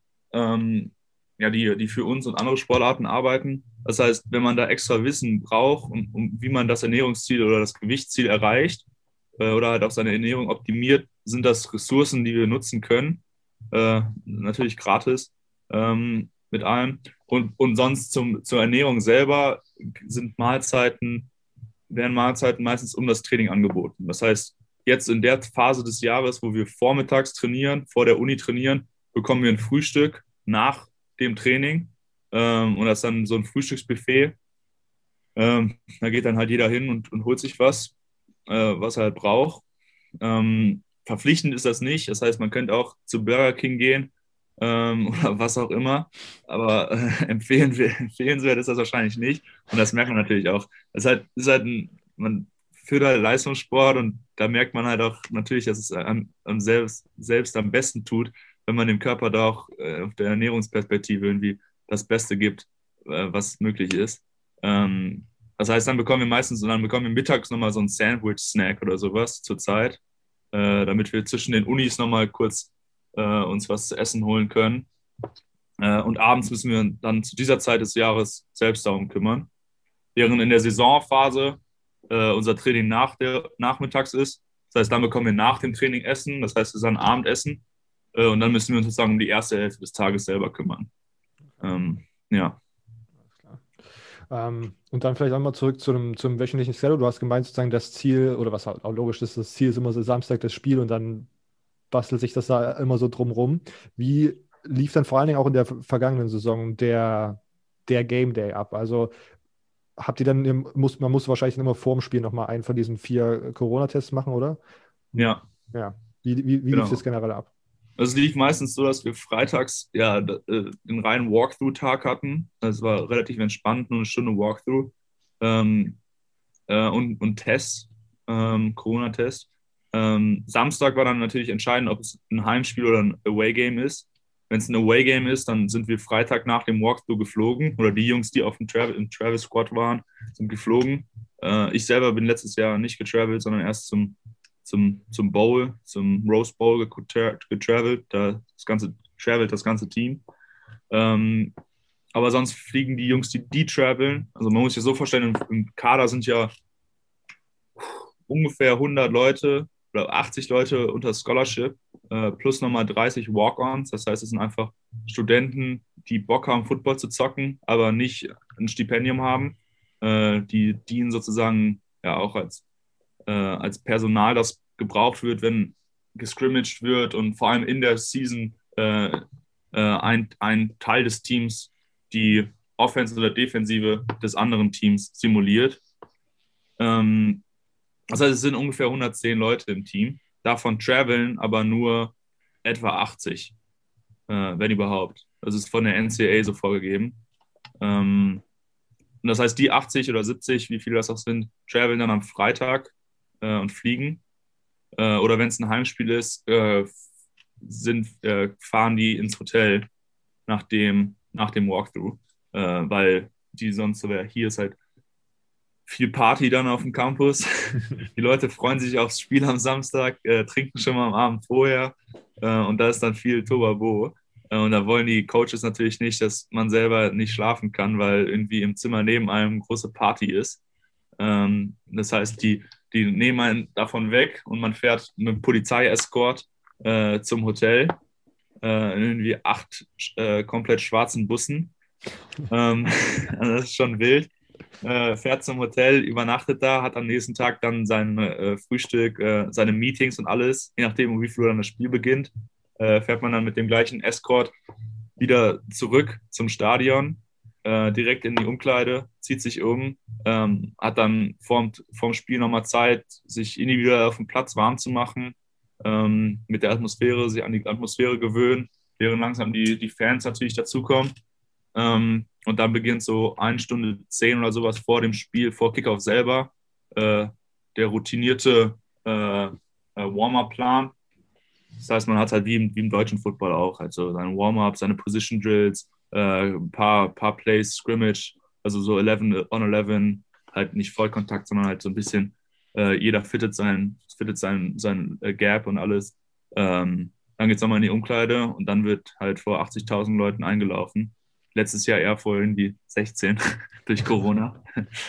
Speaker 3: ähm, ja, die, die für uns und andere Sportarten arbeiten. Das heißt, wenn man da extra Wissen braucht, um, um wie man das Ernährungsziel oder das Gewichtsziel erreicht äh, oder halt auch seine Ernährung optimiert, sind das Ressourcen, die wir nutzen können. Äh, natürlich gratis ähm, mit allem. Und, und sonst zum, zur Ernährung selber sind Mahlzeiten, werden Mahlzeiten meistens um das Training angeboten. Das heißt, jetzt in der Phase des Jahres, wo wir vormittags trainieren, vor der Uni trainieren, bekommen wir ein Frühstück nach dem Training. Ähm, und das ist dann so ein Frühstücksbuffet. Ähm, da geht dann halt jeder hin und, und holt sich was, äh, was er halt braucht. Ähm, verpflichtend ist das nicht. Das heißt, man könnte auch zu Burger King gehen ähm, oder was auch immer. Aber äh, empfehlen, empfehlenswert ist das wahrscheinlich nicht. Und das merkt man natürlich auch. Das ist halt, ist halt ein, man führt halt Leistungssport und da merkt man halt auch natürlich, dass es einem, einem selbst, selbst am besten tut, wenn man dem Körper da auch äh, auf der Ernährungsperspektive irgendwie das Beste gibt, äh, was möglich ist. Ähm, das heißt, dann bekommen wir meistens, und dann bekommen wir mittags nochmal so einen Sandwich-Snack oder sowas zur Zeit, äh, damit wir zwischen den Unis nochmal kurz äh, uns was zu essen holen können. Äh, und abends müssen wir dann zu dieser Zeit des Jahres selbst darum kümmern. Während in der Saisonphase äh, unser Training nach der, nachmittags ist. Das heißt, dann bekommen wir nach dem Training Essen, das heißt, es ist ein Abendessen. Äh, und dann müssen wir uns sozusagen um die erste Hälfte des Tages selber kümmern. Ähm, ja.
Speaker 1: Ähm, und dann vielleicht einmal zurück zu einem, zum wöchentlichen Schedule. Du hast gemeint, sozusagen das Ziel, oder was halt auch logisch ist, das Ziel ist immer so Samstag das Spiel und dann bastelt sich das da immer so drumrum. Wie lief dann vor allen Dingen auch in der vergangenen Saison der, der Game Day ab? Also habt ihr dann, im, muss, man muss wahrscheinlich immer vor dem Spiel nochmal einen von diesen vier Corona-Tests machen, oder?
Speaker 3: Ja.
Speaker 1: Ja. Wie, wie, wie
Speaker 3: genau.
Speaker 1: lief das generell ab?
Speaker 3: Also es lief meistens so, dass wir freitags ja den reinen Walkthrough-Tag hatten. Das war relativ entspannt, nur eine Stunde Walkthrough ähm, äh, und, und Test, ähm, Corona-Test. Ähm, Samstag war dann natürlich entscheidend, ob es ein Heimspiel oder ein Away-Game ist. Wenn es ein Away-Game ist, dann sind wir Freitag nach dem Walkthrough geflogen oder die Jungs, die auf dem Travel, im Travel-Squad waren, sind geflogen. Äh, ich selber bin letztes Jahr nicht getravelt, sondern erst zum Zum, zum Bowl, zum Rose Bowl getravelt, da das ganze, travelt das ganze Team. Ähm, aber sonst fliegen die Jungs, die, die traveln. Also man muss sich so vorstellen, im, im Kader sind ja ungefähr hundert Leute oder achtzig Leute unter Scholarship, äh, plus nochmal dreißig Walk-Ons. Das heißt, es sind einfach Studenten, die Bock haben, Football zu zocken, aber nicht ein Stipendium haben. Äh, die dienen sozusagen ja auch als, äh, als Personal, das gebraucht wird, wenn gescrimmaged wird und vor allem in der Season äh, äh, ein, ein Teil des Teams die Offense oder Defensive des anderen Teams simuliert. Ähm, das heißt, es sind ungefähr hundertzehn Leute im Team. Davon traveln aber nur etwa achtzig, äh, wenn überhaupt. Das ist von der N C A A so vorgegeben. Ähm, und das heißt, die achtzig oder siebzig, wie viele das auch sind, traveln dann am Freitag äh, und fliegen. Äh, oder wenn es ein Heimspiel ist, äh, sind, äh, fahren die ins Hotel nach dem, nach dem Walkthrough. Äh, weil die sonst, oder hier ist halt viel Party dann auf dem Campus. Die Leute freuen sich aufs Spiel am Samstag, äh, trinken schon mal am Abend vorher äh, und da ist dann viel Tobabo. Äh, und da wollen die Coaches natürlich nicht, dass man selber nicht schlafen kann, weil irgendwie im Zimmer neben einem große Party ist. Ähm, das heißt, die, die nehmen einen davon weg und man fährt mit einem Polizeiescort äh, zum Hotel äh, in irgendwie acht äh, komplett schwarzen Bussen. Ähm, also das ist schon wild. Äh, fährt zum Hotel, übernachtet da, hat am nächsten Tag dann sein äh, Frühstück, äh, seine Meetings und alles, je nachdem, um wie viel Uhr dann das Spiel beginnt, äh, fährt man dann mit dem gleichen Escort wieder zurück zum Stadion, äh, direkt in die Umkleide, zieht sich um, ähm, hat dann vorm, vorm Spiel nochmal Zeit, sich individuell auf dem Platz warm zu machen, ähm, mit der Atmosphäre, sich an die Atmosphäre gewöhnen, während langsam die, die Fans natürlich dazukommen. Ähm, und dann beginnt so eine Stunde zehn oder sowas vor dem Spiel, vor Kickoff selber, äh, der routinierte äh, äh, Warm-Up-Plan. Das heißt, man hat halt wie im, wie im deutschen Football auch, halt so seine Warm-Up, seine Position Drills, äh, ein paar, paar Plays, Scrimmage, also so elf on elf, halt nicht Vollkontakt, sondern halt so ein bisschen, äh, jeder fittet sein, fittet sein, sein äh, Gap und alles. Ähm, dann geht es nochmal in die Umkleide und dann wird halt vor achtzigtausend Leuten eingelaufen. Letztes Jahr eher vor irgendwie sechzehn durch Corona.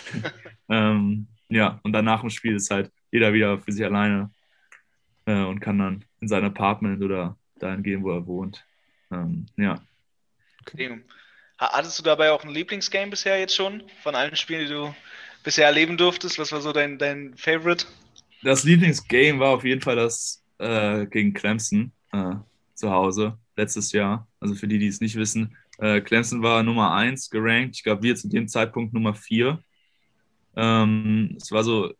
Speaker 3: ähm, ja, und dann nach dem Spiel ist halt jeder wieder für sich alleine äh, und kann dann in sein Apartment oder dahin gehen, wo er wohnt. Ähm, ja.
Speaker 2: Okay. Hattest du dabei auch ein Lieblingsgame bisher jetzt schon? Von allen Spielen, die du bisher erleben durftest? Was war so dein, dein Favorite?
Speaker 3: Das Lieblingsgame war auf jeden Fall das äh, gegen Clemson äh, zu Hause letztes Jahr. Also für die, die es nicht wissen, äh, Clemson war Nummer eins gerankt. Ich glaube, wir zu dem Zeitpunkt Nummer vier. Ähm, es war so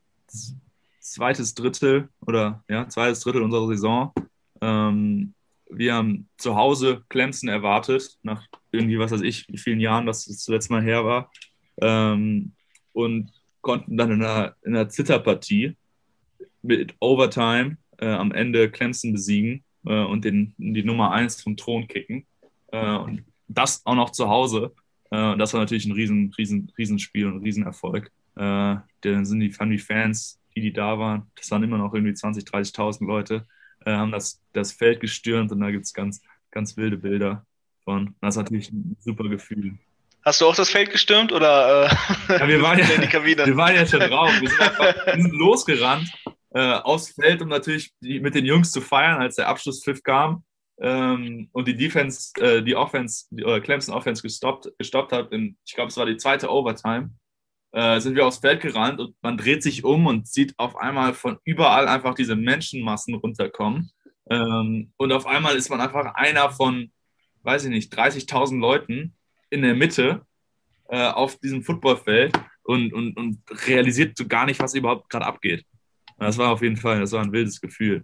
Speaker 3: zweites Drittel oder ja, zweites Drittel unserer Saison. Ähm, wir haben zu Hause Clemson erwartet, nach irgendwie, was weiß ich, wie vielen Jahren das zuletzt mal her war. Ähm, und konnten dann in einer, in einer Zitterpartie mit Overtime äh, am Ende Clemson besiegen äh, und den, die Nummer eins vom Thron kicken. Äh, und das auch noch zu Hause. Äh, das war natürlich ein riesen, riesen, riesen Spiel und ein Riesenerfolg. Äh, dann sind die, fanden die Fans, die, die da waren, das waren immer noch irgendwie zwanzigtausend, dreißigtausend Leute, äh, haben das, das Feld gestürmt und da gibt es ganz, ganz wilde Bilder von. Das ist natürlich ein super Gefühl.
Speaker 2: Hast du auch das Feld gestürmt oder äh,
Speaker 3: ja, wir, waren ja,
Speaker 2: in die Kabine?
Speaker 3: wir waren ja schon drauf. Wir sind einfach wir sind losgerannt äh, aufs Feld, um natürlich die, mit den Jungs zu feiern, als der Abschlusspfiff kam ähm, und die Defense, äh, die Offense, die äh, Clemson Offense gestoppt, gestoppt hat. In, ich glaube, es war die zweite Overtime. Äh, sind wir aufs Feld gerannt und man dreht sich um und sieht auf einmal von überall einfach diese Menschenmassen runterkommen. Ähm, und auf einmal ist man einfach einer von, weiß ich nicht, dreißigtausend Leuten in der Mitte äh, auf diesem Footballfeld und, und, und realisiert so gar nicht, was überhaupt gerade abgeht. Das war auf jeden Fall, das war ein wildes Gefühl.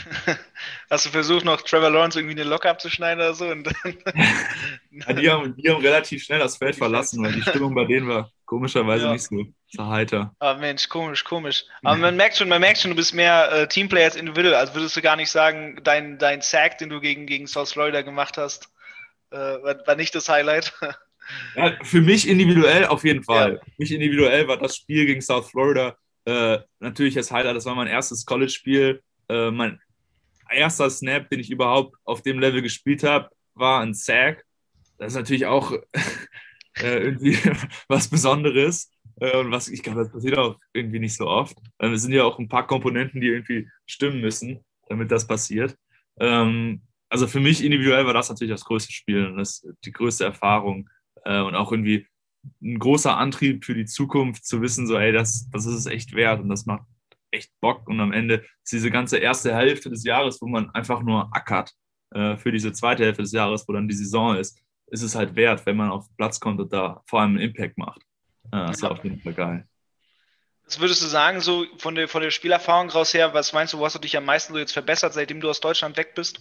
Speaker 2: Hast du versucht, noch Trevor Lawrence irgendwie eine Locke abzuschneiden oder so? Und dann
Speaker 3: ja, die, haben, die haben relativ schnell das Feld verlassen, weil die Stimmung bei denen war komischerweise ja. nicht so, so heiter.
Speaker 2: Ah, Mensch, komisch, komisch. Aber man merkt schon, man merkt schon, du bist mehr äh, Teamplayer als Individual. Also würdest du gar nicht sagen, dein, dein Sack, den du gegen, gegen South Florida gemacht hast, äh, war, war nicht das Highlight.
Speaker 3: Ja, für mich individuell auf jeden Fall.
Speaker 2: Ja.
Speaker 3: Für mich individuell war das Spiel gegen South Florida äh, natürlich das Highlight. Das war mein erstes College-Spiel. Äh, mein erster Snap, den ich überhaupt auf dem Level gespielt habe, war ein Sack. Das ist natürlich auch äh, irgendwie was Besonderes. Äh, und was, ich glaube, das passiert auch irgendwie nicht so oft. Äh, Es sind ja auch ein paar Komponenten, die irgendwie stimmen müssen, damit das passiert. Ähm, also für mich individuell war das natürlich das größte Spiel und das, die größte Erfahrung äh, und auch irgendwie ein großer Antrieb für die Zukunft zu wissen, so, ey, das, das ist es echt wert und das macht echt Bock. Und am Ende ist diese ganze erste Hälfte des Jahres, wo man einfach nur ackert, äh, für diese zweite Hälfte des Jahres, wo dann die Saison ist, ist es halt wert, wenn man auf den Platz kommt und da vor allem einen Impact macht. Äh, das war auf jeden Fall geil.
Speaker 2: Was würdest du sagen, so von der, von der Spielerfahrung raus her, was meinst du, wo hast du dich am meisten so jetzt verbessert, seitdem du aus Deutschland weg bist?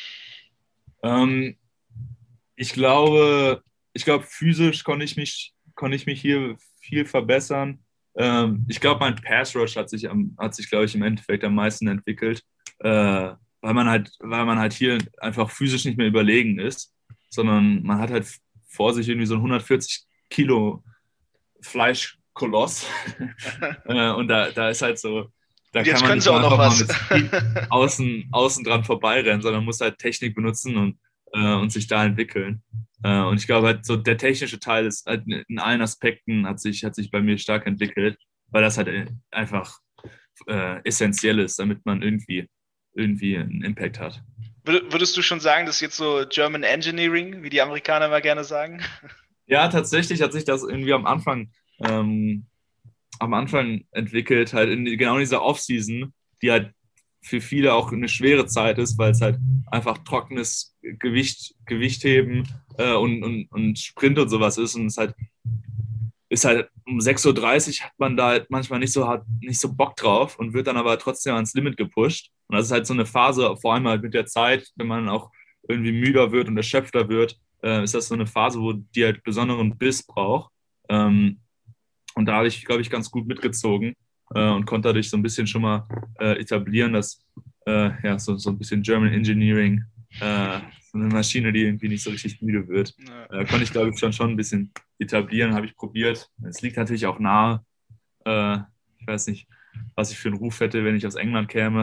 Speaker 3: Ähm, ich glaube, ich glaube, physisch konnte ich mich, konnte ich mich hier viel verbessern. Ähm, ich glaube, mein Pass Rush hat sich, am, hat sich, glaube ich, im Endeffekt am meisten entwickelt, äh, weil man halt, weil man halt hier einfach physisch nicht mehr überlegen ist, sondern man hat halt vor sich irgendwie so ein hundertvierzig Kilo Fleischkoloss. äh, und da, da ist halt so, da
Speaker 2: Und jetzt
Speaker 3: kann man
Speaker 2: können
Speaker 3: nicht
Speaker 2: sie auch
Speaker 3: einfach
Speaker 2: noch
Speaker 3: mal
Speaker 2: was.
Speaker 3: mit Speed außen, außen dran vorbeirennen, sondern muss halt Technik benutzen und, äh, und sich da entwickeln. Äh, und ich glaube halt so, der technische Teil ist halt in allen Aspekten hat sich, hat sich bei mir stark entwickelt, weil das halt einfach äh, essentiell ist, damit man irgendwie, irgendwie einen Impact hat.
Speaker 2: Würdest du schon sagen, das ist jetzt so German Engineering, wie die Amerikaner mal gerne sagen?
Speaker 3: Ja, tatsächlich hat sich das irgendwie am Anfang, ähm, am Anfang entwickelt, halt in genau in dieser Offseason, die halt für viele auch eine schwere Zeit ist, weil es halt einfach trockenes Gewicht, Gewichtheben äh, und, und, und Sprint und sowas ist. Und es halt ist halt um sechs Uhr dreißig hat man da halt manchmal nicht so, hat nicht so Bock drauf und wird dann aber trotzdem ans Limit gepusht. Und das ist halt so eine Phase, vor allem halt mit der Zeit, wenn man auch irgendwie müder wird und erschöpfter wird, äh, ist das so eine Phase, wo die halt besonderen Biss braucht. Ähm, und da habe ich, glaube ich, ganz gut mitgezogen äh, und konnte dadurch so ein bisschen schon mal äh, etablieren, dass äh, ja, so, so ein bisschen German Engineering, äh, so eine Maschine, die irgendwie nicht so richtig müde wird, äh, konnte ich, glaube ich, schon, schon ein bisschen etablieren, habe ich probiert. Es liegt natürlich auch nahe. Äh, ich weiß nicht, was ich für einen Ruf hätte, wenn ich aus England käme.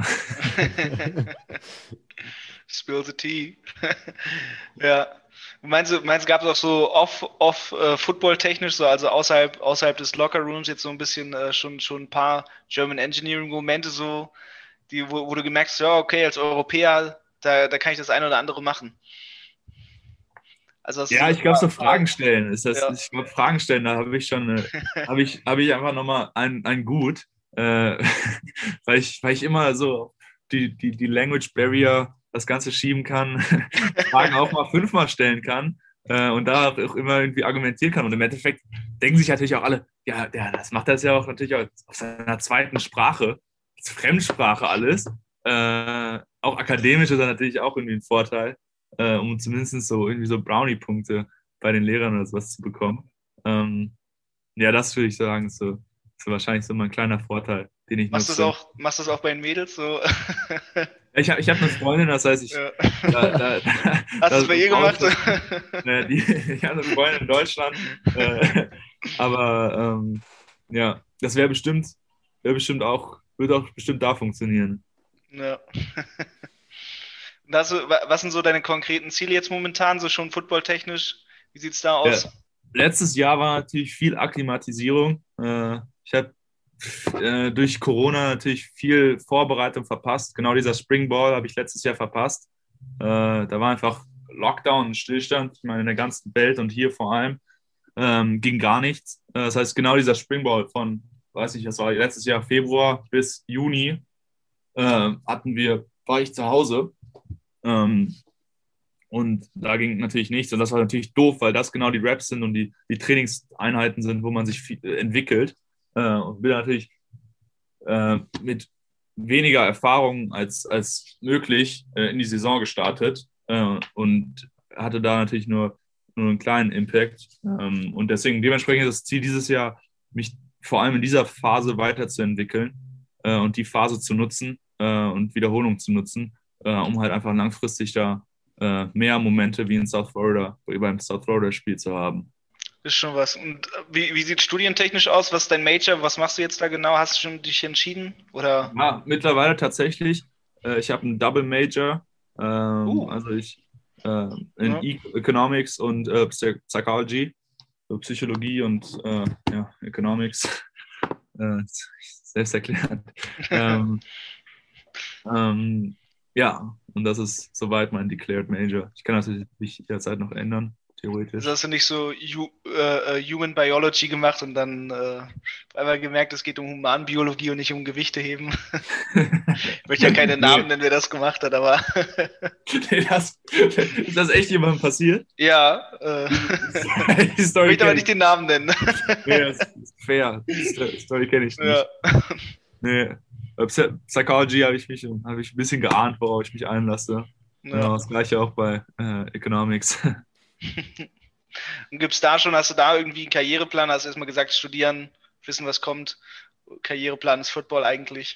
Speaker 2: Spill the tea. Ja. Meinst du, meinst, gab es auch so off, off äh, Football-technisch, so also außerhalb, außerhalb des Locker-Rooms jetzt so ein bisschen äh, schon, schon ein paar German Engineering-Momente, so, die, wo, wo du gemerkt hast, ja, okay, als Europäer, da, da kann ich das eine oder andere machen. Also
Speaker 3: Ja, ich glaube, so Fragen stellen ist das.
Speaker 2: Ja.
Speaker 3: Ich glaube, Fragen stellen, da habe ich schon, äh, habe ich, habe ich einfach nochmal ein, ein Gut, äh, weil ich, weil ich immer so die, die, die Language Barrier das Ganze schieben kann, Fragen auch mal fünfmal stellen kann äh, und da auch immer irgendwie argumentieren kann. Und im Endeffekt denken sich natürlich auch alle, ja, ja, das macht das ja auch natürlich auch auf seiner zweiten Sprache, Fremdsprache alles. Äh, auch akademisch ist das natürlich auch irgendwie ein Vorteil. Äh, um zumindest so irgendwie so Brownie-Punkte bei den Lehrern oder sowas zu bekommen. Ähm, ja, das würde ich sagen, ist so, ist so wahrscheinlich so mein kleiner Vorteil, den ich
Speaker 2: machst
Speaker 3: nutze.
Speaker 2: Du auch, machst du das auch bei den Mädels so?
Speaker 3: Ich habe ich hab eine Freundin, das heißt, ich.
Speaker 2: Ja.
Speaker 3: Da, da, da,
Speaker 2: Hast du es bei ihr gemacht?
Speaker 3: Äh, die, ich habe eine Freundin in Deutschland. Äh, aber ähm, ja, das wäre bestimmt, wäre bestimmt auch, würde auch bestimmt da funktionieren.
Speaker 2: Ja. Und hast du, was sind so deine konkreten Ziele jetzt momentan, so schon footballtechnisch? Wie sieht es da aus?
Speaker 3: Ja. Letztes Jahr war natürlich viel Akklimatisierung. Äh, ich habe äh, durch Corona natürlich viel Vorbereitung verpasst. Genau dieser Springball habe ich letztes Jahr verpasst. Äh, da war einfach Lockdown und Stillstand, ich meine in der ganzen Welt und hier vor allem, ähm, ging gar nichts. Äh, das heißt, genau dieser Springball von, weiß ich, das war letztes Jahr Februar bis Juni, äh, hatten wir, war ich zu Hause. Ähm, und da ging natürlich nichts. Und das war natürlich doof, weil das genau die Reps sind und die, die Trainingseinheiten sind, wo man sich viel, äh, entwickelt. Äh, und bin natürlich äh, mit weniger Erfahrung als, als möglich äh, in die Saison gestartet äh, und hatte da natürlich nur, nur einen kleinen Impact. Ähm, und deswegen dementsprechend ist das Ziel dieses Jahr, mich vor allem in dieser Phase weiterzuentwickeln äh, und die Phase zu nutzen äh, und Wiederholung zu nutzen, äh, um halt einfach langfristig da äh, mehr Momente wie in South Florida, wie beim South Florida Spiel zu haben.
Speaker 2: Ist schon was. Und wie, wie sieht es studientechnisch aus? Was ist dein Major? Was machst du jetzt da genau? Hast du schon dich entschieden? Oder?
Speaker 3: Ja, mittlerweile tatsächlich. Äh, ich habe einen Double Major. Ähm,
Speaker 2: Uh.
Speaker 3: Also ich äh, in
Speaker 2: Ja.
Speaker 3: E- Economics und äh, Psychology. so Psychologie und äh, ja, Economics. Äh, selbsterklärend. ähm, ähm, ja, und das ist soweit mein Declared Major. Ich kann das natürlich jederzeit noch ändern, theoretisch.
Speaker 2: Also hast du nicht so Hu äh, Human Biology gemacht und dann äh, einmal gemerkt, es geht um Humanbiologie und nicht um Gewichte heben. Ich möchte ja keine Namen
Speaker 3: Nee.
Speaker 2: nennen, wer das gemacht hat, aber
Speaker 3: Nee, das, ist das echt jemandem passiert?
Speaker 2: ja, äh,
Speaker 3: Die
Speaker 2: ich
Speaker 3: Story
Speaker 2: möchte aber
Speaker 3: kenn
Speaker 2: nicht
Speaker 3: ich.
Speaker 2: den Namen nennen.
Speaker 3: Nee, das ist fair. Die Sto- Story kenne ich nicht.
Speaker 2: Ja.
Speaker 3: Nee. Bei Psy- Psychology habe ich mich habe ich ein bisschen geahnt, worauf ich mich einlasse.
Speaker 2: Ja.
Speaker 3: Genau, das gleiche auch bei äh, Economics.
Speaker 2: Und gibt's da schon, hast du da irgendwie einen Karriereplan? Hast du erstmal gesagt, studieren, wissen, was kommt. Karriereplan ist Football eigentlich.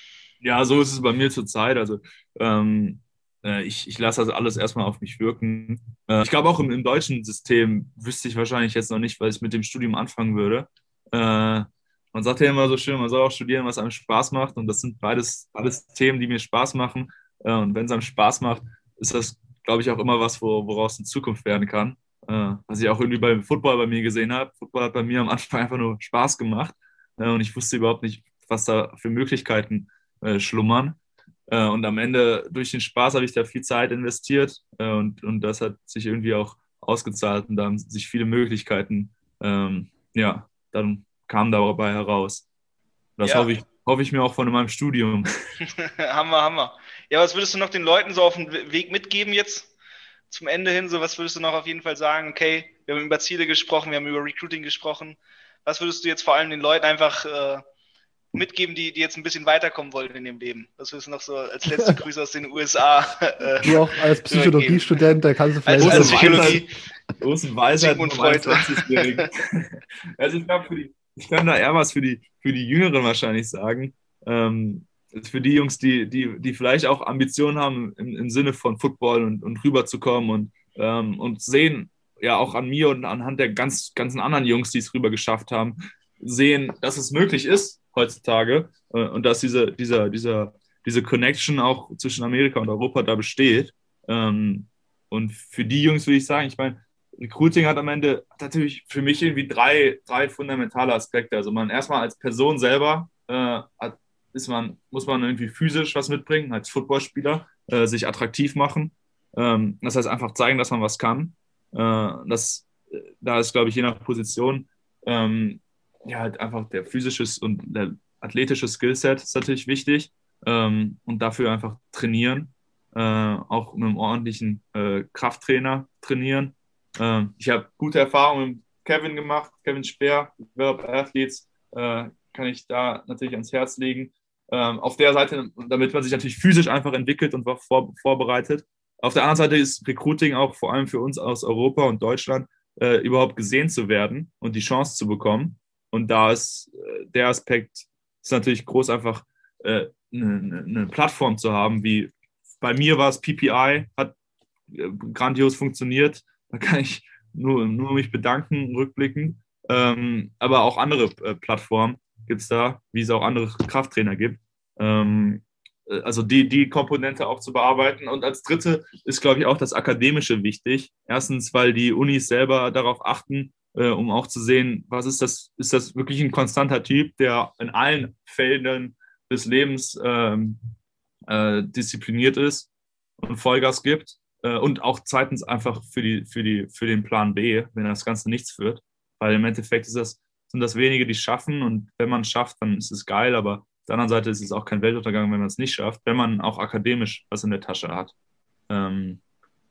Speaker 3: Ja, so ist es bei mir zurzeit. Also ähm, äh, ich, ich lasse das alles erstmal auf mich wirken. Äh, ich glaube auch im, im deutschen System wüsste ich wahrscheinlich jetzt noch nicht, weil ich mit dem Studium anfangen würde. Äh, man sagt ja immer so schön, man soll auch studieren, was einem Spaß macht. Und das sind beides, beides Themen, die mir Spaß machen. Äh, und wenn es einem Spaß macht, ist das, glaube ich, auch immer was, wo, woraus in Zukunft werden kann. Äh, was ich auch irgendwie beim Football bei mir gesehen habe. Football hat bei mir am Anfang einfach nur Spaß gemacht. Äh, und ich wusste überhaupt nicht, was da für Möglichkeiten äh, schlummern. Äh, und am Ende, durch den Spaß, habe ich da viel Zeit investiert. Äh, und, und das hat sich irgendwie auch ausgezahlt. Und da haben sich viele Möglichkeiten, ähm, ja, dann kamen dabei heraus. Das
Speaker 2: Ja.
Speaker 3: hoffe ich, hoffe ich mir auch von meinem Studium.
Speaker 2: Hammer, Hammer. Ja, was würdest du noch den Leuten so auf den Weg mitgeben jetzt zum Ende hin? So, was würdest du noch auf jeden Fall sagen? Okay, wir haben über Ziele gesprochen, wir haben über Recruiting gesprochen. Was würdest du jetzt vor allem den Leuten einfach äh, mitgeben, die, die jetzt ein bisschen weiterkommen wollen in ihrem Leben? Was würdest du noch so als letzte Grüße aus den U S A? Äh,
Speaker 1: Du auch als Psychologiestudent, da kannst du vielleicht
Speaker 2: als, als
Speaker 3: Große
Speaker 2: Psychologie.
Speaker 3: Große Weisheit
Speaker 2: Sigmund
Speaker 3: vom
Speaker 2: Freud.
Speaker 3: einundzwanzigjährigen. Also ich glaube, für die, ich kann da eher was für die, für die Jüngeren wahrscheinlich sagen. Ähm, für die Jungs, die, die, die vielleicht auch Ambitionen haben im, im Sinne von Football und, und rüberzukommen und, ähm, und sehen, ja auch an mir und anhand der ganz, ganzen anderen Jungs, die es rüber geschafft haben, sehen, dass es möglich ist heutzutage äh, und dass diese, dieser, dieser, diese Connection auch zwischen Amerika und Europa da besteht. Ähm, und für die Jungs würde ich sagen, ich meine, Recruiting hat am Ende hat natürlich für mich irgendwie drei, drei fundamentale Aspekte. Also man erstmal als Person selber äh, hat, ist man, muss man irgendwie physisch was mitbringen, als Footballspieler, äh, sich attraktiv machen. Ähm, das heißt einfach zeigen, dass man was kann. Äh, das, da ist, glaube ich, je nach Position ähm, ja halt einfach der physische und der athletische Skillset ist natürlich wichtig ähm, und dafür einfach trainieren. Äh, auch mit einem ordentlichen äh, Krafttrainer trainieren. Äh, ich habe gute Erfahrungen mit Kevin gemacht, Kevin Speer, Develop Athletes, äh, kann ich da natürlich ans Herz legen. Ähm, auf der Seite, damit man sich natürlich physisch einfach entwickelt und vor, vorbereitet. Auf der anderen Seite ist Recruiting auch vor allem für uns aus Europa und Deutschland äh, überhaupt gesehen zu werden und die Chance zu bekommen. Und da ist äh, der Aspekt ist natürlich groß, einfach äh, eine, eine Plattform zu haben, wie bei mir war es P P I, hat äh, grandios funktioniert. Da kann ich nur, nur mich bedanken, rückblicken. Ähm, aber auch andere äh, Plattformen gibt es da, wie es auch andere Krafttrainer gibt. Ähm, also die, die Komponente auch zu bearbeiten. Und als dritte ist, glaube ich, auch das Akademische wichtig. Erstens, weil die Unis selber darauf achten, äh, um auch zu sehen, was ist das, ist das wirklich ein konstanter Typ, der in allen Feldern des Lebens ähm, äh, diszipliniert ist und Vollgas gibt. Äh, und auch zweitens einfach für, die, für, die, für den Plan B, wenn das Ganze nichts führt. Weil im Endeffekt ist das, sind das wenige, die es schaffen. Und wenn man es schafft, dann ist es geil. Aber auf der anderen Seite ist es auch kein Weltuntergang, wenn man es nicht schafft, wenn man auch akademisch was in der Tasche hat. Ähm,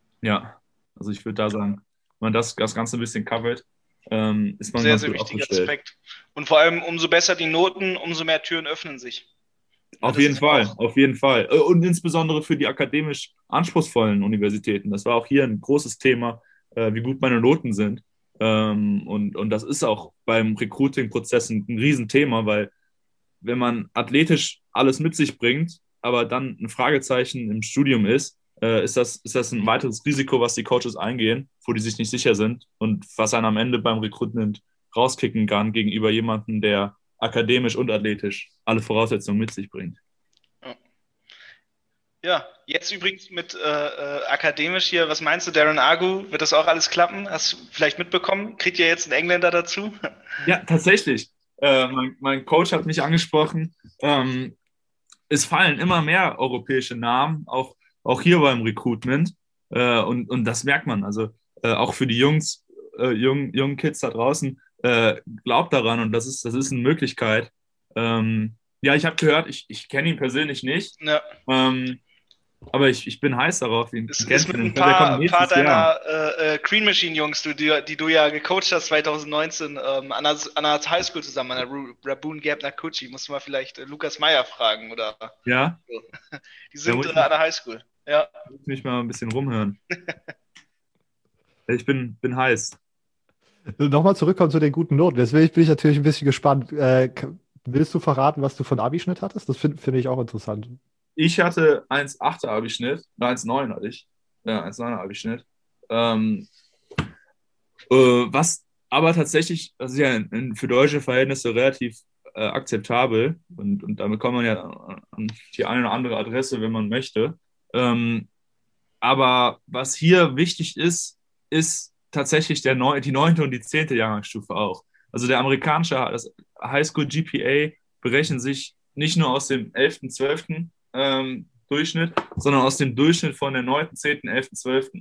Speaker 3: ja, also ich würde da sagen, wenn man das, das Ganze ein bisschen covert, ähm, ist man
Speaker 2: Sehr,
Speaker 3: ganz
Speaker 2: sehr
Speaker 3: gut
Speaker 2: wichtiger
Speaker 3: aufgestellt.
Speaker 2: Aspekt. Und vor allem, umso besser die Noten, umso mehr Türen öffnen sich.
Speaker 3: Auf
Speaker 2: das
Speaker 3: jeden
Speaker 2: ist
Speaker 3: Fall,
Speaker 2: auch-
Speaker 3: auf jeden Fall. Und insbesondere für die akademisch anspruchsvollen Universitäten. Das war auch hier ein großes Thema, äh, wie gut meine Noten sind. Ähm, und, und das ist auch beim Recruiting-Prozess ein, ein Riesenthema, weil wenn man athletisch alles mit sich bringt, aber dann ein Fragezeichen im Studium ist, äh, ist das, ist das ein weiteres Risiko, was die Coaches eingehen, wo die sich nicht sicher sind und was einen am Ende beim Recruitment rauskicken kann gegenüber jemandem, der akademisch und athletisch alle Voraussetzungen mit sich bringt.
Speaker 2: Ja, jetzt übrigens mit äh, äh, akademisch hier, was meinst du, Darren Agu, wird das auch alles klappen? Hast du vielleicht mitbekommen? Kriegt ihr jetzt einen Engländer dazu?
Speaker 3: Ja, tatsächlich. Äh, mein, mein Coach hat mich angesprochen. Ähm, es fallen immer mehr europäische Namen, auch, auch hier beim Recruitment. Äh, und, und das merkt man. Also äh, auch für die Jungs, äh, jungen, jungen Kids da draußen, äh, glaubt daran und das ist, das ist eine Möglichkeit. Ähm, ja, ich habe gehört, ich, ich kenne ihn persönlich nicht.
Speaker 2: Ja.
Speaker 3: Ähm, aber ich, ich bin heiß darauf, ihn
Speaker 2: Es ist mit
Speaker 3: kennenzulernen.
Speaker 2: ein
Speaker 3: Ich glaube, der
Speaker 2: paar,
Speaker 3: kommt
Speaker 2: ein paar
Speaker 3: nächstes Jahr.
Speaker 2: deiner äh, Green Machine Jungs, du, die, die du ja gecoacht hast zwanzig neunzehn ähm, an, der, an der Highschool zusammen, an der Ru- Rabun Gap Nakuchi. Musst du mal vielleicht äh, Lukas Meyer fragen oder
Speaker 3: Ja,
Speaker 2: so. Die
Speaker 3: da
Speaker 2: sind
Speaker 3: muss
Speaker 2: äh,
Speaker 3: ich
Speaker 2: an der Highschool. Ja.
Speaker 3: muss mich mal ein bisschen rumhören. Ich bin, bin heiß.
Speaker 1: Nochmal zurückkommen zu den guten Noten. Deswegen bin ich natürlich ein bisschen gespannt. Äh, k- willst du verraten, was du von Abischnitt hattest? Das finde find ich auch interessant.
Speaker 3: Ich hatte eins Komma acht Abischnitt, nein, eins Komma neun hatte ich. Ja, eins Komma neun Abischnitt. Ähm, äh, was aber tatsächlich, das ist ja in, in, für deutsche Verhältnisse relativ äh, akzeptabel und, und damit kommt man ja an, an die eine oder andere Adresse, wenn man möchte. Ähm, aber was hier wichtig ist, ist tatsächlich der Neu die neunte und die zehnte Jahrgangsstufe auch. Also der amerikanische das Highschool G P A berechnet sich nicht nur aus dem elften, zwölften Ähm, Durchschnitt, sondern aus dem Durchschnitt von der neunten, zehnten, elften, zwölften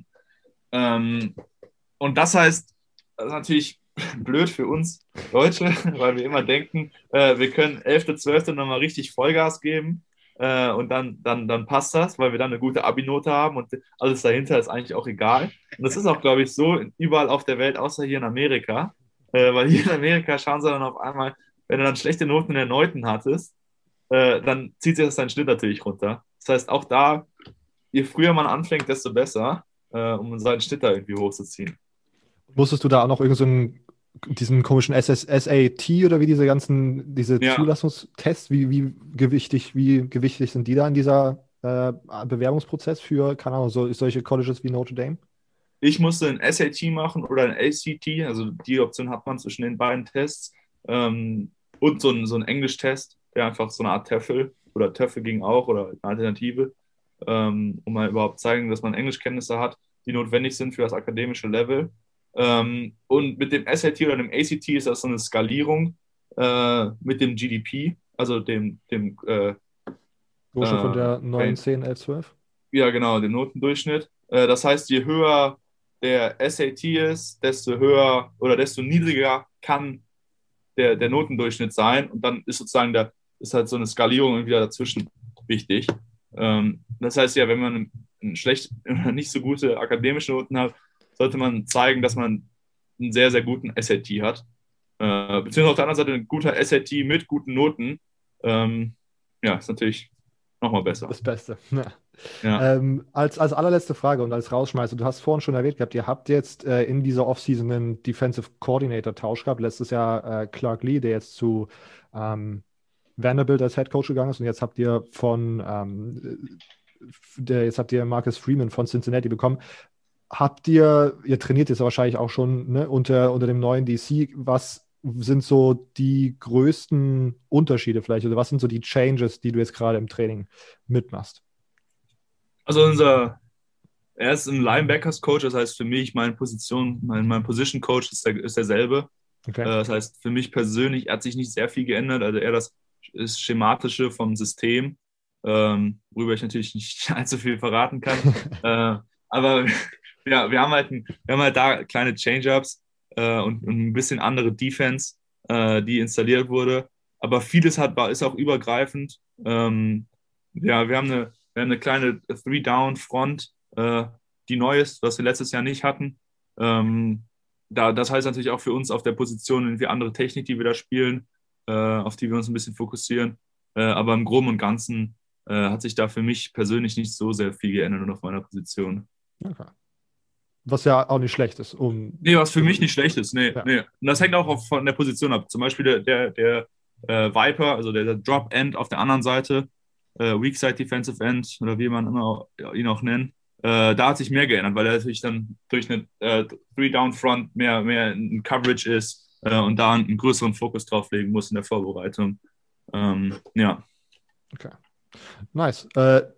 Speaker 3: Ähm, und das heißt, das ist natürlich blöd für uns Deutsche, weil wir immer denken, äh, wir können elfte, zwölfte nochmal richtig Vollgas geben äh, und dann, dann, dann passt das, weil wir dann eine gute Abi-Note haben und alles dahinter ist eigentlich auch egal. Und das ist auch, glaube ich, so überall auf der Welt, außer hier in Amerika, äh, weil hier in Amerika schauen sie dann auf einmal, wenn du dann schlechte Noten in der neunten hattest, äh, dann zieht sich das dein Schnitt natürlich runter. Das heißt, auch da, je früher man anfängt, desto besser, äh, um seinen Schnitt da irgendwie hochzuziehen.
Speaker 1: Musstest du da auch noch irgend so einen, diesen komischen S S S A T oder wie diese ganzen, diese
Speaker 3: Ja,
Speaker 1: Zulassungstests, wie, wie gewichtig, wie gewichtig sind die da in dieser äh, Bewerbungsprozess für, keine Ahnung, so, solche Colleges wie Notre Dame?
Speaker 3: ich musste ein S A T machen oder ein A C T, also die Option hat man zwischen den beiden Tests ähm, und so ein, so ein Englisch-Test, der einfach so eine Art TOEFL oder TOEFL ging auch oder eine Alternative, ähm, um mal überhaupt zeigen, dass man Englischkenntnisse hat, die notwendig sind für das akademische Level. Ähm, und mit dem S A T oder dem A C T ist das so eine Skalierung äh, mit dem G D P, also dem, dem äh,
Speaker 1: Durchschnitt von
Speaker 3: äh,
Speaker 1: der neun, zehn, elf, zwölf?
Speaker 3: ja, genau, den Notendurchschnitt. Äh, das heißt, je höher der S A T ist, desto höher oder desto niedriger kann der, der Notendurchschnitt sein. Und dann ist sozusagen da ist halt so eine Skalierung irgendwie dazwischen wichtig. Ähm, das heißt ja, wenn man ein schlecht, nicht so gute akademische Noten hat, sollte man zeigen, dass man einen sehr, sehr guten S A T hat. Äh, beziehungsweise auf der anderen Seite ein guter S A T mit guten Noten. Ähm, ja, ist natürlich nochmal besser.
Speaker 1: Das Beste. Ja.
Speaker 3: Ja.
Speaker 1: Ähm, als, als allerletzte Frage und als Rausschmeißer, du hast vorhin schon erwähnt gehabt, ihr habt jetzt äh, in dieser Offseason einen Defensive Coordinator-Tausch gehabt. Letztes Jahr äh, Clark Lee, der jetzt zu ähm, Vanderbilt als Head Coach gegangen ist, und jetzt habt ihr von ähm, der, jetzt habt ihr Marcus Freeman von Cincinnati bekommen. Habt ihr, ihr trainiert jetzt wahrscheinlich auch schon, ne, unter, unter dem neuen D C, was sind so die größten Unterschiede vielleicht, oder was sind so die Changes, die du jetzt gerade im Training mitmachst?
Speaker 3: Also unser, er ist ein Linebackers-Coach, das heißt für mich, meine Position, mein, mein Position-Coach ist, der, ist derselbe.
Speaker 1: Okay.
Speaker 3: Äh, das heißt für mich persönlich, er hat sich nicht sehr viel geändert, also eher das ist Schematische vom System, ähm, worüber ich natürlich nicht allzu viel verraten kann. äh, aber ja, wir haben halt, ein, wir haben halt da kleine Change-Ups äh, und, und ein bisschen andere Defense, äh, die installiert wurde. Aber vieles hat, war, ist auch übergreifend. Ähm, ja, wir haben eine, wir haben eine kleine Three-Down-Front, äh, die neu ist, was wir letztes Jahr nicht hatten. Ähm, da, das heißt natürlich auch für uns auf der Position irgendwie andere Technik, die wir da spielen, äh, auf die wir uns ein bisschen fokussieren. Äh, aber im Groben und Ganzen äh, hat sich da für mich persönlich nicht so sehr viel geändert auf meiner Position.
Speaker 1: Okay. Was ja auch nicht schlecht ist. Um
Speaker 3: Nee, was für mich nicht schlecht ist. Nee,
Speaker 1: ja.
Speaker 3: nee. Und das hängt auch auf, von der Position ab. Zum Beispiel der, der, der äh, Viper, also der, der Drop-End auf der anderen Seite, äh, Weak-Side Defensive End oder wie man immer ihn auch nennt, äh, da hat sich mehr geändert, weil er natürlich dann durch eine äh, Three-Down-Front mehr, mehr in Coverage ist äh, und da einen größeren Fokus drauf legen muss in der Vorbereitung. Ähm, ja.
Speaker 1: Okay. Nice. Äh,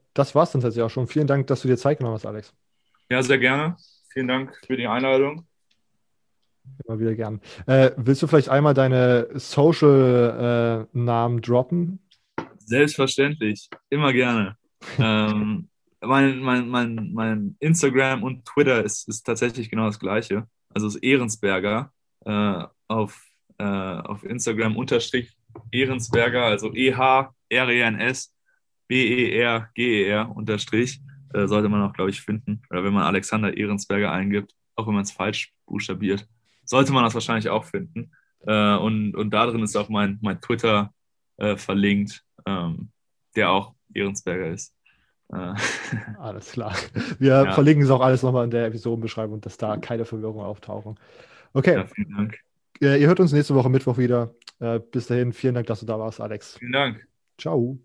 Speaker 1: das war's dann tatsächlich auch schon. Vielen Dank, dass du dir Zeit genommen hast, Alex.
Speaker 3: Ja, sehr gerne. Vielen Dank für die Einladung.
Speaker 1: Immer wieder gern. Äh, willst du vielleicht einmal deine Social-Namen droppen?
Speaker 3: Selbstverständlich. Immer gerne. ähm, mein, mein, mein, mein Instagram und Twitter ist, ist tatsächlich genau das Gleiche. Also es ist Ehrensberger. Äh, auf, äh, auf Instagram unterstrich Ehrensberger, also E H R E N S B E R G E R unterstrich. Äh, sollte man auch, glaube ich, finden. Oder wenn man Alexander Ehrensberger eingibt, auch wenn man es falsch buchstabiert, sollte man das wahrscheinlich auch finden. Äh, und, und da drin ist auch mein, mein Twitter äh, verlinkt, ähm, der auch Ehrensberger ist. Äh,
Speaker 1: Alles klar. Wir
Speaker 3: Ja.
Speaker 1: verlinken es auch alles nochmal in der Episodenbeschreibung, dass da keine Verwirrungen auftauchen. Okay,
Speaker 3: ja, vielen Dank.
Speaker 1: äh, ihr hört uns nächste Woche Mittwoch wieder. Äh, bis dahin, vielen Dank, dass du da warst, Alex.
Speaker 3: Vielen Dank.
Speaker 1: Ciao.